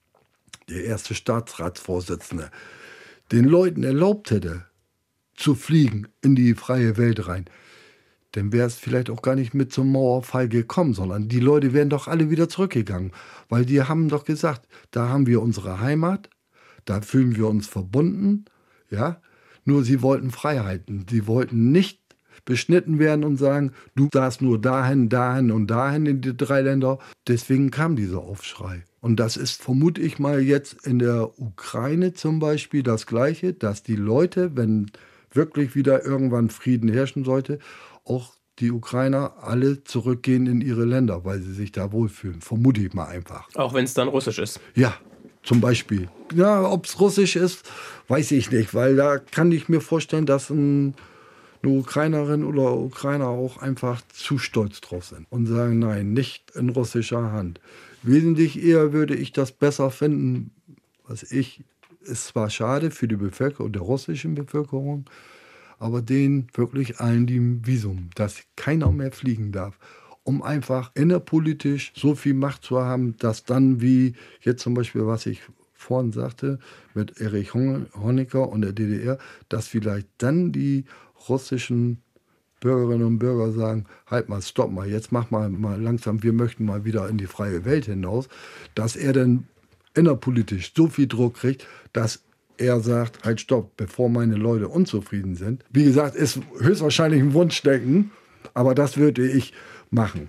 der erste Staatsratsvorsitzende, den Leuten erlaubt hätte, zu fliegen in die freie Welt rein, dann wäre es vielleicht auch gar nicht mit zum Mauerfall gekommen, sondern die Leute wären doch alle wieder zurückgegangen. Weil die haben doch gesagt, da haben wir unsere Heimat, da fühlen wir uns verbunden, ja. Nur sie wollten Freiheiten. Sie wollten nicht beschnitten werden und sagen, du darfst nur dahin, dahin und dahin in die drei Länder. Deswegen kam dieser Aufschrei. Und das ist, vermute ich mal, jetzt in der Ukraine zum Beispiel das Gleiche, dass die Leute, wenn wirklich wieder irgendwann Frieden herrschen sollte, auch die Ukrainer alle zurückgehen in ihre Länder, weil sie sich da wohlfühlen. Vermute ich mal einfach. Auch wenn es dann russisch ist? Ja, zum Beispiel. Ja, ob es russisch ist, weiß ich nicht, weil da kann ich mir vorstellen, dass ein, eine Ukrainerin oder Ukrainer auch einfach zu stolz drauf sind und sagen, nein, nicht in russischer Hand. Wesentlich eher würde ich das besser finden, was ich, ist zwar schade für die Bevölkerung, der russischen Bevölkerung, aber denen wirklich allen die Visum, dass keiner mehr fliegen darf, um einfach innerpolitisch so viel Macht zu haben, dass dann, wie jetzt zum Beispiel, was ich vorhin sagte, mit Erich Honecker und der D D R, dass vielleicht dann die russischen Bürgerinnen und Bürger sagen, halt mal, stopp mal, jetzt mach mal, mal langsam, wir möchten mal wieder in die freie Welt hinaus, dass er dann innerpolitisch so viel Druck kriegt, dass er sagt, halt stopp, bevor meine Leute unzufrieden sind. Wie gesagt, ist höchstwahrscheinlich ein Wunschdenken, aber das würde ich machen.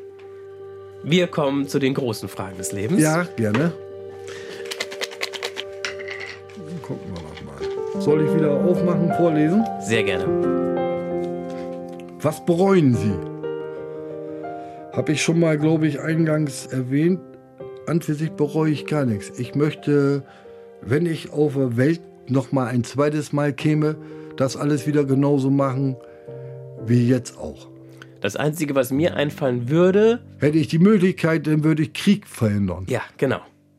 Wir kommen zu den großen Fragen des Lebens. Ja, gerne. Gucken wir noch mal. Soll ich wieder aufmachen, vorlesen? Sehr gerne. Was bereuen Sie? Habe ich schon mal, glaube ich, eingangs erwähnt. An für sich bereue ich gar nichts. Ich möchte, wenn ich auf der Welt noch mal ein zweites Mal käme, das alles wieder genauso machen wie jetzt auch. Das Einzige, was mir einfallen würde... Hätte ich die Möglichkeit, dann würde ich Krieg verhindern. Ja, genau.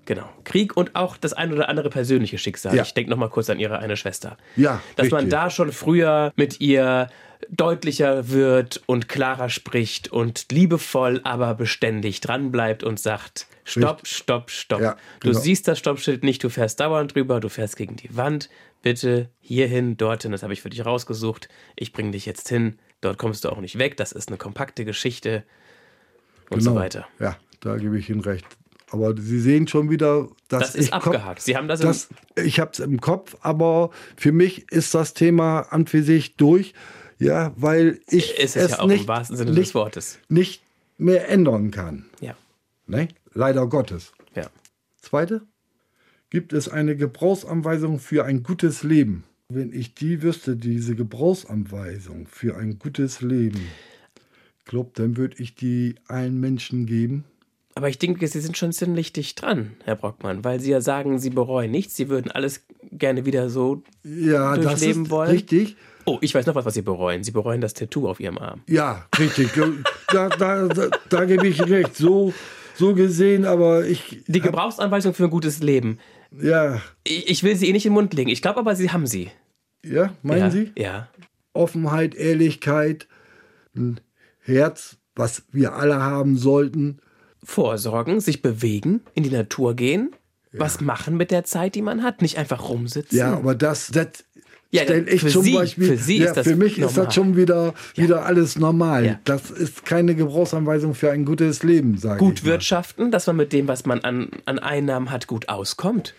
Genau. Krieg und auch das ein oder andere persönliche Schicksal. Ja. Ich denke noch mal kurz an Ihre eine Schwester. Ja, Dass richtig. man da schon früher mit ihr deutlicher wird und klarer spricht und liebevoll, aber beständig dranbleibt und sagt, stopp, stopp, stopp. Ja, Du genau. siehst das Stoppschild nicht, du fährst dauernd drüber, du fährst gegen die Wand. Bitte hierhin, dorthin, das habe ich für dich rausgesucht. Ich bringe dich jetzt hin. Dort kommst du auch nicht weg. Das ist eine kompakte Geschichte und so weiter. Ja, da gebe ich Ihnen recht. Aber Sie sehen schon wieder, dass Das ist ich abgehakt. Sie haben das, das, ich habe es im Kopf, aber für mich ist das Thema an für sich durch, ja, weil ich ist es es ja auch nicht, im wahrsten Sinne nicht, des Wortes. nicht mehr ändern kann. Ja, Ne? Leider Gottes. ja. Zweite, gibt es eine Gebrauchsanweisung für ein gutes Leben? Wenn ich die wüsste, diese Gebrauchsanweisung für ein gutes Leben, glaube, dann würde ich die allen Menschen geben. Aber ich denke, Sie sind schon ziemlich dicht dran, Herr Brockmann, weil Sie ja sagen, Sie bereuen nichts. Sie würden alles gerne wieder so Ja, das durchleben ist wollen. richtig. Oh, ich weiß noch was, was Sie bereuen. Sie bereuen das Tattoo auf Ihrem Arm. Ja, richtig. da, da, da, da gebe ich recht. So, so gesehen, aber ich. Die hab- Gebrauchsanweisung für ein gutes Leben. Ja, Ich, ich will sie eh nicht in den Mund legen. Ich glaube aber, Sie haben sie. ja, meinen ja, Sie? Ja. Offenheit, Ehrlichkeit, ein Herz, was wir alle haben sollten. Vorsorgen, sich bewegen, in die Natur gehen, was machen mit der Zeit, die man hat. Nicht einfach rumsitzen. Ja, aber das, das Ja, stelle ich für zum Sie- Beispiel. für Sie ja, ist das für mich ist normal. das schon wieder, wieder alles normal. Ja. Das ist keine Gebrauchsanweisung für ein gutes Leben, sage Gut ich mal. wirtschaften, dass man mit dem, was man an, an Einnahmen hat, gut auskommt.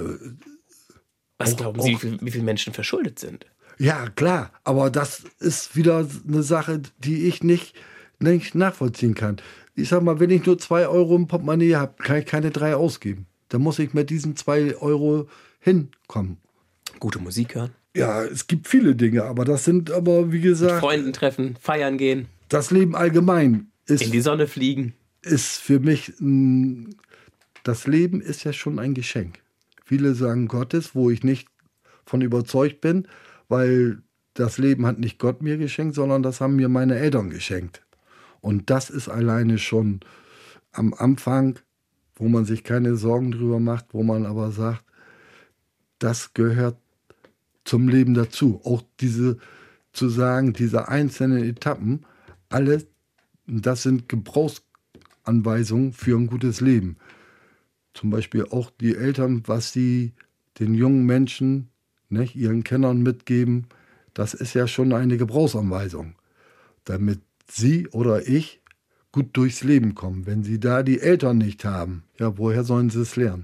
was glauben Sie, wie, viel, wie viele Menschen verschuldet sind? Ja, klar, aber das ist wieder eine Sache, die ich nicht, nicht nachvollziehen kann. Ich sag mal, wenn ich nur zwei Euro im Portemonnaie habe, kann ich keine drei ausgeben. Da muss ich mit diesen zwei Euro hinkommen. Gute Musik hören, Ja, es gibt viele Dinge, aber das sind aber, wie gesagt, Freunden treffen, feiern gehen, das Leben allgemein ist, in die Sonne fliegen. ist für mich, ein, das Leben ist ja schon ein Geschenk. Viele sagen Gottes, wo ich nicht von überzeugt bin, weil das Leben hat nicht Gott mir geschenkt, sondern das haben mir meine Eltern geschenkt. Und das ist alleine schon am Anfang, wo man sich keine Sorgen drüber macht, wo man aber sagt, das gehört zum Leben dazu. Auch diese, zu sagen, diese einzelnen Etappen, alle, das sind Gebrauchsanweisungen für ein gutes Leben. Zum Beispiel auch die Eltern, was sie den jungen Menschen, nicht, ihren Kindern mitgeben, das ist ja schon eine Gebrauchsanweisung, damit sie oder ich gut durchs Leben kommen. Wenn sie da die Eltern nicht haben, ja, woher sollen sie es lernen?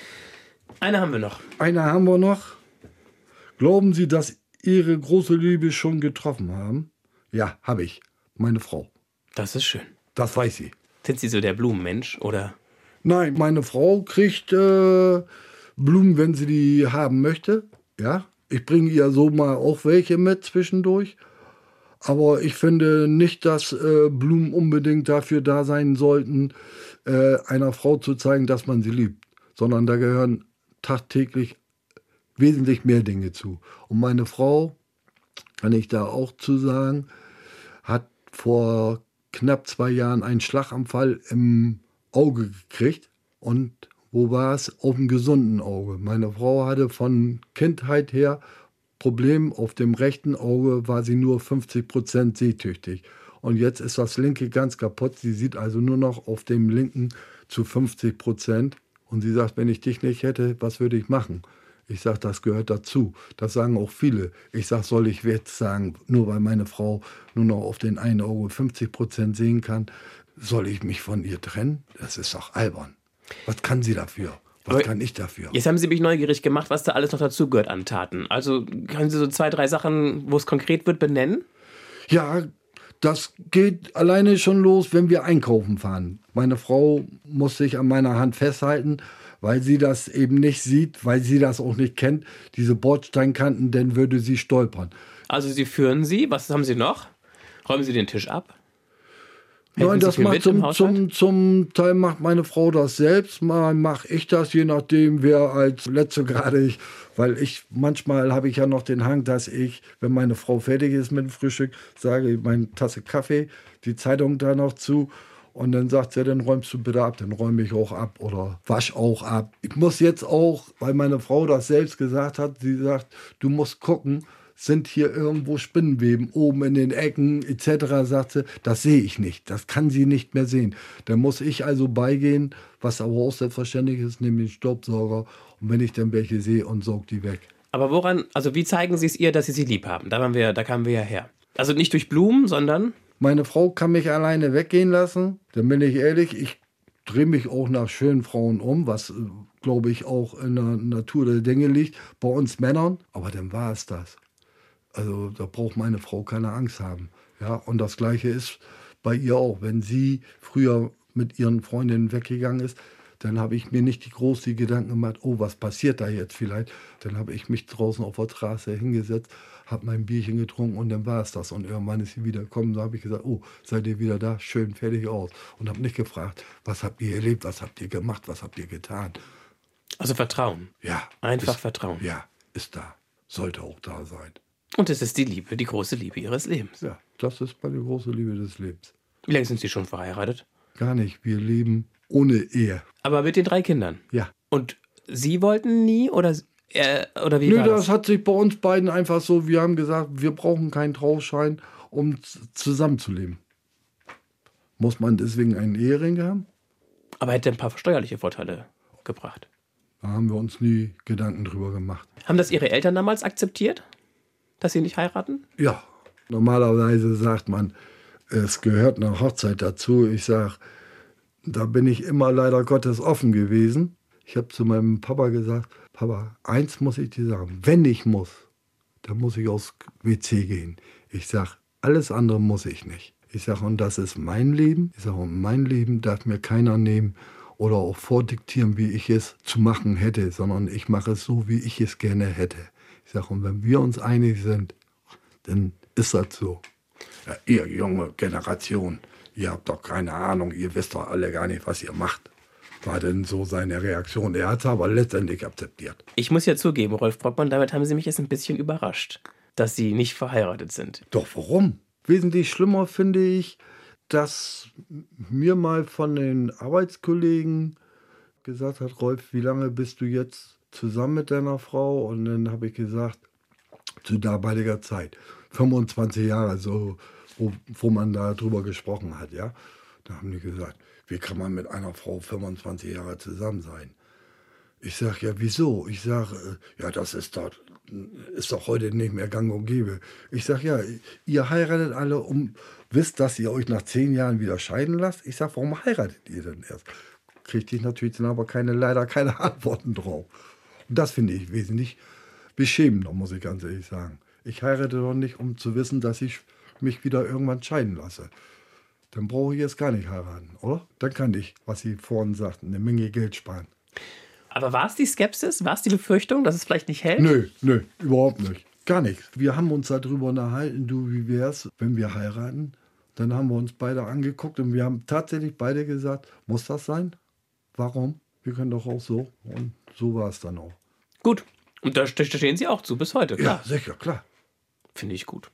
Eine haben wir noch. Eine haben wir noch. Glauben Sie, dass Ihre große Liebe schon getroffen haben? Ja, habe ich. Meine Frau. Das ist schön. Das weiß sie. Sind Sie so der Blumenmensch oder? Nein, meine Frau kriegt äh, Blumen, wenn sie die haben möchte. Ja, ich bringe ihr so mal auch welche mit zwischendurch. Aber ich finde nicht, dass äh, Blumen unbedingt dafür da sein sollten, äh, einer Frau zu zeigen, dass man sie liebt. Sondern da gehören tagtäglich wesentlich mehr Dinge zu. Und meine Frau, kann ich da auch zu sagen, hat vor knapp zwei Jahren einen Schlaganfall im Auge gekriegt. Und wo war es? Auf dem gesunden Auge. Meine Frau hatte von Kindheit her Problem. Auf dem rechten Auge war sie nur fünfzig Prozent sehtüchtig. Und jetzt ist das linke ganz kaputt. Sie sieht also nur noch auf dem linken zu fünfzig Prozent. Und sie sagt, wenn ich dich nicht hätte, was würde ich machen? Ich sage, das gehört dazu. Das sagen auch viele. Ich sage, soll ich jetzt sagen, nur weil meine Frau nur noch auf den einen Auge fünfzig Prozent sehen kann, soll ich mich von ihr trennen? Das ist doch albern. Was kann sie dafür? Was Aber kann ich dafür? Jetzt haben Sie mich neugierig gemacht, was da alles noch dazugehört an Taten. Also können Sie so zwei, drei Sachen, wo es konkret wird, benennen? Ja, das geht alleine schon los, wenn wir einkaufen fahren. Meine Frau muss sich an meiner Hand festhalten, weil sie das eben nicht sieht, weil sie das auch nicht kennt, diese Bordsteinkanten, dann würde sie stolpern. Also Sie führen sie, was haben Sie noch? Räumen Sie den Tisch ab? Helfen Nein, Sie das viel macht mit im zum, Haushalt? zum, zum Teil macht meine Frau das selbst, mal mache ich das, je nachdem, wer als Letzte gerade ich, weil ich, manchmal habe ich ja noch den Hang, dass ich, wenn meine Frau fertig ist mit dem Frühstück, sage, meine Tasse Kaffee, die Zeitung da noch zu Und dann sagt sie, dann räumst du bitte ab, dann räume ich auch ab oder wasch auch ab. Ich muss jetzt auch, weil meine Frau das selbst gesagt hat, sie sagt, du musst gucken, sind hier irgendwo Spinnenweben oben in den Ecken et cetera, sagt sie, das sehe ich nicht, das kann sie nicht mehr sehen. Dann muss ich also beigehen, was aber auch selbstverständlich ist, nehme den Staubsauger und wenn ich dann welche sehe und saug die weg. Aber woran, also wie zeigen Sie es ihr, dass Sie sie lieb haben? Da waren wir, da kamen wir ja her. Also nicht durch Blumen, sondern... Meine Frau kann mich alleine weggehen lassen. Dann bin ich ehrlich, ich drehe mich auch nach schönen Frauen um, was, glaube ich, auch in der Natur der Dinge liegt, bei uns Männern. Aber dann war es das. Also da braucht meine Frau keine Angst haben. Ja, und das Gleiche ist bei ihr auch. Wenn sie früher mit ihren Freundinnen weggegangen ist, dann habe ich mir nicht die großen Gedanken gemacht, oh, was passiert da jetzt vielleicht. Dann habe ich mich draußen auf der Straße hingesetzt, habe mein Bierchen getrunken und dann war es das. Und irgendwann ist sie wieder gekommen, da habe ich gesagt, oh, seid ihr wieder da? Schön, fertig aus. Und habe nicht gefragt, was habt ihr erlebt, was habt ihr gemacht, was habt ihr getan. Also Vertrauen. Ja. Einfach ist, Vertrauen. Ja, ist da. Sollte auch da sein. Und es ist die Liebe, die große Liebe Ihres Lebens. Ja, das ist meine große Liebe des Lebens. Wie lange sind Sie schon verheiratet? Gar nicht. Wir leben ohne Ehe. Aber mit den drei Kindern? Ja. Und Sie wollten nie oder, äh, oder wie Nö, war das? das hat sich bei uns beiden einfach so, wir haben gesagt, wir brauchen keinen Trauschein, um z- zusammenzuleben. Muss man deswegen einen Ehering haben? Aber hätte ein paar steuerliche Vorteile gebracht. Da haben wir uns nie Gedanken drüber gemacht. Haben das Ihre Eltern damals akzeptiert, dass Sie nicht heiraten? Ja, normalerweise sagt man, es gehört eine Hochzeit dazu. Ich sage, da bin ich immer leider Gottes offen gewesen. Ich habe zu meinem Papa gesagt, Papa, eins muss ich dir sagen, wenn ich muss, dann muss ich aufs W C gehen. Ich sage, alles andere muss ich nicht. Ich sage, und das ist mein Leben. Ich sage, und mein Leben darf mir keiner nehmen oder auch vordiktieren, wie ich es zu machen hätte, sondern ich mache es so, wie ich es gerne hätte. Ich sage, und wenn wir uns einig sind, dann ist das so. Ja, ihr junge Generation, ihr habt doch keine Ahnung, ihr wisst doch alle gar nicht, was ihr macht. War denn so seine Reaktion. Er hat es aber letztendlich akzeptiert. Ich muss ja zugeben, Rolf Brockmann, damit haben Sie mich jetzt ein bisschen überrascht, dass Sie nicht verheiratet sind. Doch warum? Wesentlich schlimmer finde ich, dass mir mal von den Arbeitskollegen gesagt hat, Rolf, wie lange bist du jetzt zusammen mit deiner Frau? Und dann habe ich gesagt, zu damaliger Zeit, fünfundzwanzig Jahre, so, wo, wo man da drüber gesprochen hat, ja. Da haben die gesagt, wie kann man mit einer Frau fünfundzwanzig Jahre zusammen sein? Ich sage, ja, wieso? Ich sage, ja, das ist doch, ist doch heute nicht mehr gang und gäbe. Ich sage, ja, ihr heiratet alle, um wisst, dass ihr euch nach zehn Jahren wieder scheiden lasst. Ich sage, warum heiratet ihr denn erst? Kriegte ich natürlich dann aber keine, leider keine Antworten drauf. Und das finde ich wesentlich beschämender, muss ich ganz ehrlich sagen. Ich heirate doch nicht, um zu wissen, dass ich mich wieder irgendwann scheiden lasse. Dann brauche ich jetzt gar nicht heiraten, oder? Dann kann ich, was Sie vorhin sagten, eine Menge Geld sparen. Aber war es die Skepsis? War es die Befürchtung, dass es vielleicht nicht hält? Nö, nö, überhaupt nicht. Gar nichts. Wir haben uns darüber unterhalten, du, wie wär's, wenn wir heiraten? Dann haben wir uns beide angeguckt und wir haben tatsächlich beide gesagt, muss das sein? Warum? Wir können doch auch so. Und so war es dann auch. Gut. Und da stehen Sie auch zu, bis heute, klar. Ja, sicher, klar. Finde ich gut.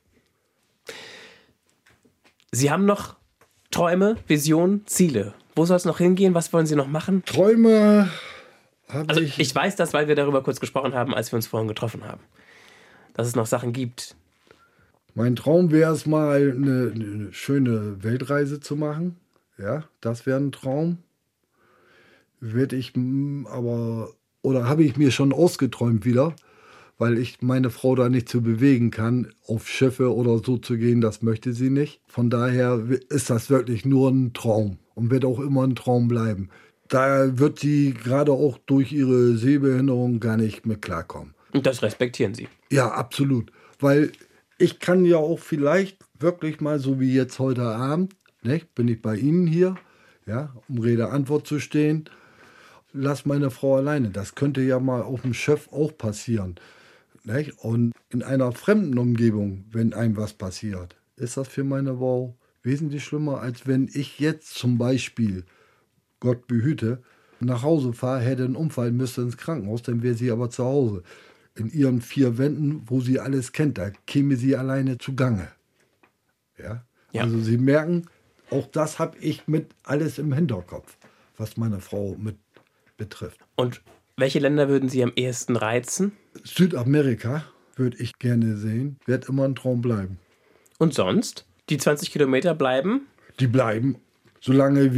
Sie haben noch Träume, Visionen, Ziele. Wo soll es noch hingehen? Was wollen Sie noch machen? Träume habe Also ich... ich weiß das, weil wir darüber kurz gesprochen haben, als wir uns vorhin getroffen haben. Dass es noch Sachen gibt. Mein Traum wäre es mal, eine, eine schöne Weltreise zu machen. Ja, das wäre ein Traum. Werde ich mm, aber... Oder habe ich mir schon ausgeträumt wieder, weil ich meine Frau da nicht zu bewegen kann, auf Schiffe oder so zu gehen, das möchte sie nicht. Von daher ist das wirklich nur ein Traum und wird auch immer ein Traum bleiben. Da wird sie gerade auch durch ihre Sehbehinderung gar nicht mit klarkommen. Und das respektieren Sie. Ja, absolut. Weil ich kann ja auch vielleicht wirklich mal, so wie jetzt heute Abend, ne, bin ich bei Ihnen hier, ja, um Rede-Antwort zu stehen. Lass meine Frau alleine. Das könnte ja mal auf dem Schiff auch passieren. Nicht? Und in einer fremden Umgebung, wenn einem was passiert, ist das für meine Frau wesentlich schlimmer, als wenn ich jetzt zum Beispiel, Gott behüte, nach Hause fahre, hätte einen Unfall, müsste ins Krankenhaus, dann wäre sie aber zu Hause. In ihren vier Wänden, wo sie alles kennt, da käme sie alleine zugange. Ja? Ja. Also Sie merken, auch das habe ich mit alles im Hinterkopf, was meine Frau mit betrifft. Und welche Länder würden Sie am ehesten reizen? Südamerika würde ich gerne sehen, wird immer ein Traum bleiben. Und sonst? Die zwanzig Kilometer bleiben? Die bleiben, solange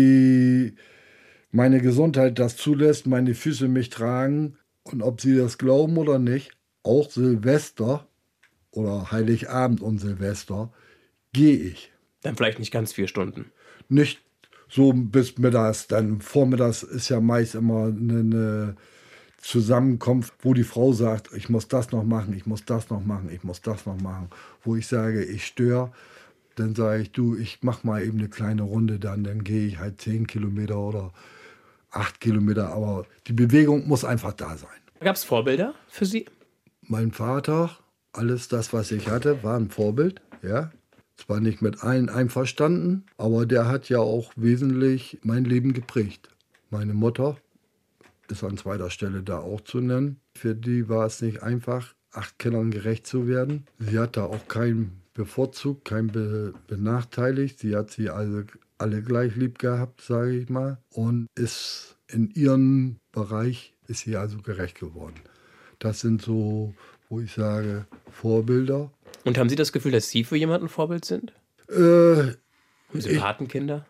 wie meine Gesundheit das zulässt, meine Füße mich tragen. Und ob Sie das glauben oder nicht, auch Silvester oder Heiligabend und Silvester gehe ich. Dann vielleicht nicht ganz vier Stunden. Nicht so bis mittags, dann vormittags ist ja meist immer eine, eine Zusammenkunft, wo die Frau sagt, ich muss das noch machen, ich muss das noch machen, ich muss das noch machen. Wo ich sage, ich störe, dann sage ich, du, ich mache mal eben eine kleine Runde, dann, dann gehe ich halt zehn Kilometer oder acht Kilometer, aber die Bewegung muss einfach da sein. Gab es Vorbilder für Sie? Mein Vater, alles das, was ich hatte, war ein Vorbild, ja. Zwar nicht mit allen einverstanden, aber der hat ja auch wesentlich mein Leben geprägt. Meine Mutter ist an zweiter Stelle da auch zu nennen. Für die war es nicht einfach, acht Kindern gerecht zu werden. Sie hat da auch keinen bevorzugt, keinen be benachteiligt. Sie hat sie alle, alle gleich lieb gehabt, sage ich mal. Und ist in ihrem Bereich, ist sie also gerecht geworden. Das sind so, wo ich sage, Vorbilder. Und haben Sie das Gefühl, dass Sie für jemanden Vorbild sind? Äh, Haben Sie Patenkinder?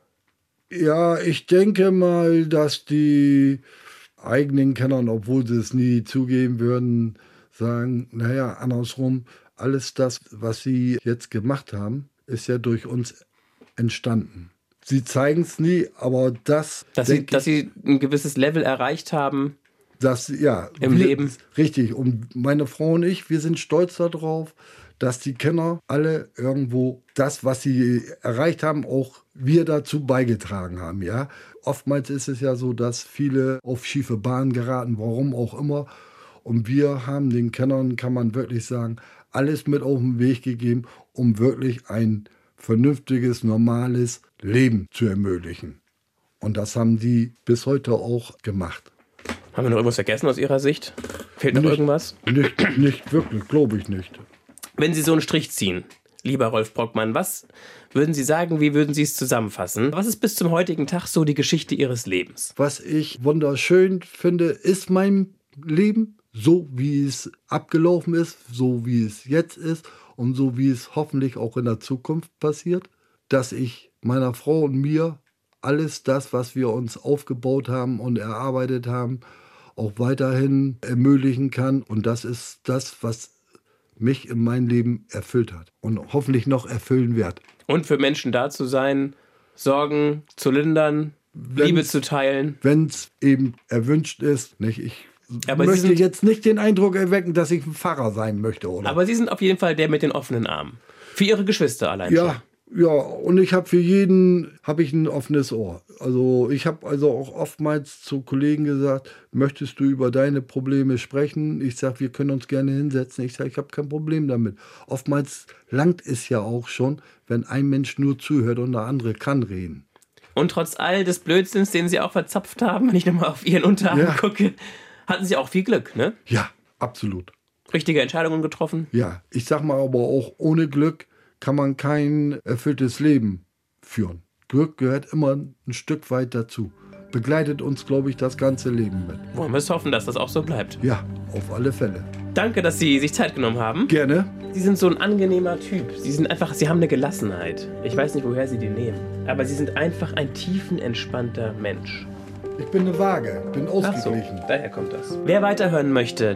Ja, ich denke mal, dass die eigenen Kinder, obwohl sie es nie zugeben würden, sagen, naja, andersrum, alles das, was sie jetzt gemacht haben, ist ja durch uns entstanden. Sie zeigen es nie, aber das... Dass, sie, dass sie ein gewisses Level erreicht haben das, ja, im wir, Leben. Richtig, und meine Frau und ich, wir sind stolz darauf, dass die Kinder alle irgendwo das, was sie erreicht haben, auch wir dazu beigetragen haben. Ja? Oftmals ist es ja so, dass viele auf schiefe Bahnen geraten, warum auch immer. Und wir haben den Kindern, kann man wirklich sagen, alles mit auf den Weg gegeben, um wirklich ein vernünftiges, normales Leben zu ermöglichen. Und das haben die bis heute auch gemacht. Haben wir noch irgendwas vergessen aus Ihrer Sicht? Fehlt noch nicht, irgendwas? Nicht, nicht wirklich, glaube ich nicht. Wenn Sie so einen Strich ziehen, lieber Rolf Brockmann, was würden Sie sagen, wie würden Sie es zusammenfassen? Was ist bis zum heutigen Tag so die Geschichte Ihres Lebens? Was ich wunderschön finde, ist mein Leben, so wie es abgelaufen ist, so wie es jetzt ist und so wie es hoffentlich auch in der Zukunft passiert, dass ich meiner Frau und mir alles das, was wir uns aufgebaut haben und erarbeitet haben, auch weiterhin ermöglichen kann. Und das ist das, was mich in meinem Leben erfüllt hat und hoffentlich noch erfüllen wird. Und für Menschen da zu sein, Sorgen zu lindern, wenn's, Liebe zu teilen. Wenn es eben erwünscht ist. Nicht? Ich aber möchte Sie sind, jetzt nicht den Eindruck erwecken, dass ich ein Pfarrer sein möchte. Oder? Aber Sie sind auf jeden Fall der mit den offenen Armen. Für Ihre Geschwister allein ja, schon. Ja, und ich habe für jeden habe ich ein offenes Ohr. Also ich habe also auch oftmals zu Kollegen gesagt, möchtest du über deine Probleme sprechen? Ich sage, wir können uns gerne hinsetzen. Ich sage, ich habe kein Problem damit. Oftmals langt es ja auch schon, wenn ein Mensch nur zuhört und der andere kann reden. Und trotz all des Blödsinns, den Sie auch verzapft haben, wenn ich nochmal auf Ihren Unterarm ja. gucke, hatten Sie auch viel Glück, ne? Ja, absolut. Richtige Entscheidungen getroffen? Ja, ich sag mal aber auch, ohne Glück kann man kein erfülltes Leben führen. Glück gehört immer ein Stück weit dazu. Begleitet uns, glaube ich, das ganze Leben mit. Wollen wir es hoffen, dass das auch so bleibt? Ja, auf alle Fälle. Danke, dass Sie sich Zeit genommen haben. Gerne. Sie sind so ein angenehmer Typ. Sie sind einfach, Sie haben eine Gelassenheit. Ich weiß nicht, woher Sie die nehmen. Aber Sie sind einfach ein tiefenentspannter Mensch. Ich bin eine Waage, bin ausgeglichen. Ach so, daher kommt das. Wer weiterhören möchte,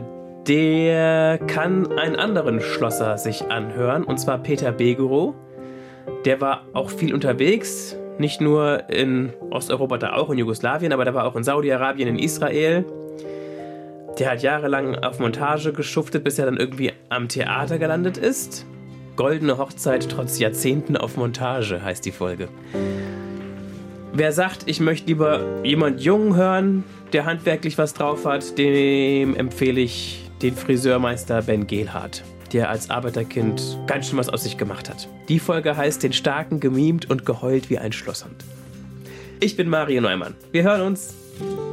der kann einen anderen Schlosser sich anhören, und zwar Peter Begerow. Der war auch viel unterwegs, nicht nur in Osteuropa, da auch in Jugoslawien, aber der war auch in Saudi-Arabien, in Israel. Der hat jahrelang auf Montage geschuftet, bis er dann irgendwie am Theater gelandet ist. Goldene Hochzeit trotz Jahrzehnten auf Montage heißt die Folge. Wer sagt, ich möchte lieber jemand jung hören, der handwerklich was drauf hat, dem empfehle ich den Friseurmeister Ben Gehlhardt, der als Arbeiterkind ganz schön was aus sich gemacht hat. Die Folge heißt Den Starken gemimt und geheult wie ein Schlosshund. Ich bin Mario Neumann. Wir hören uns.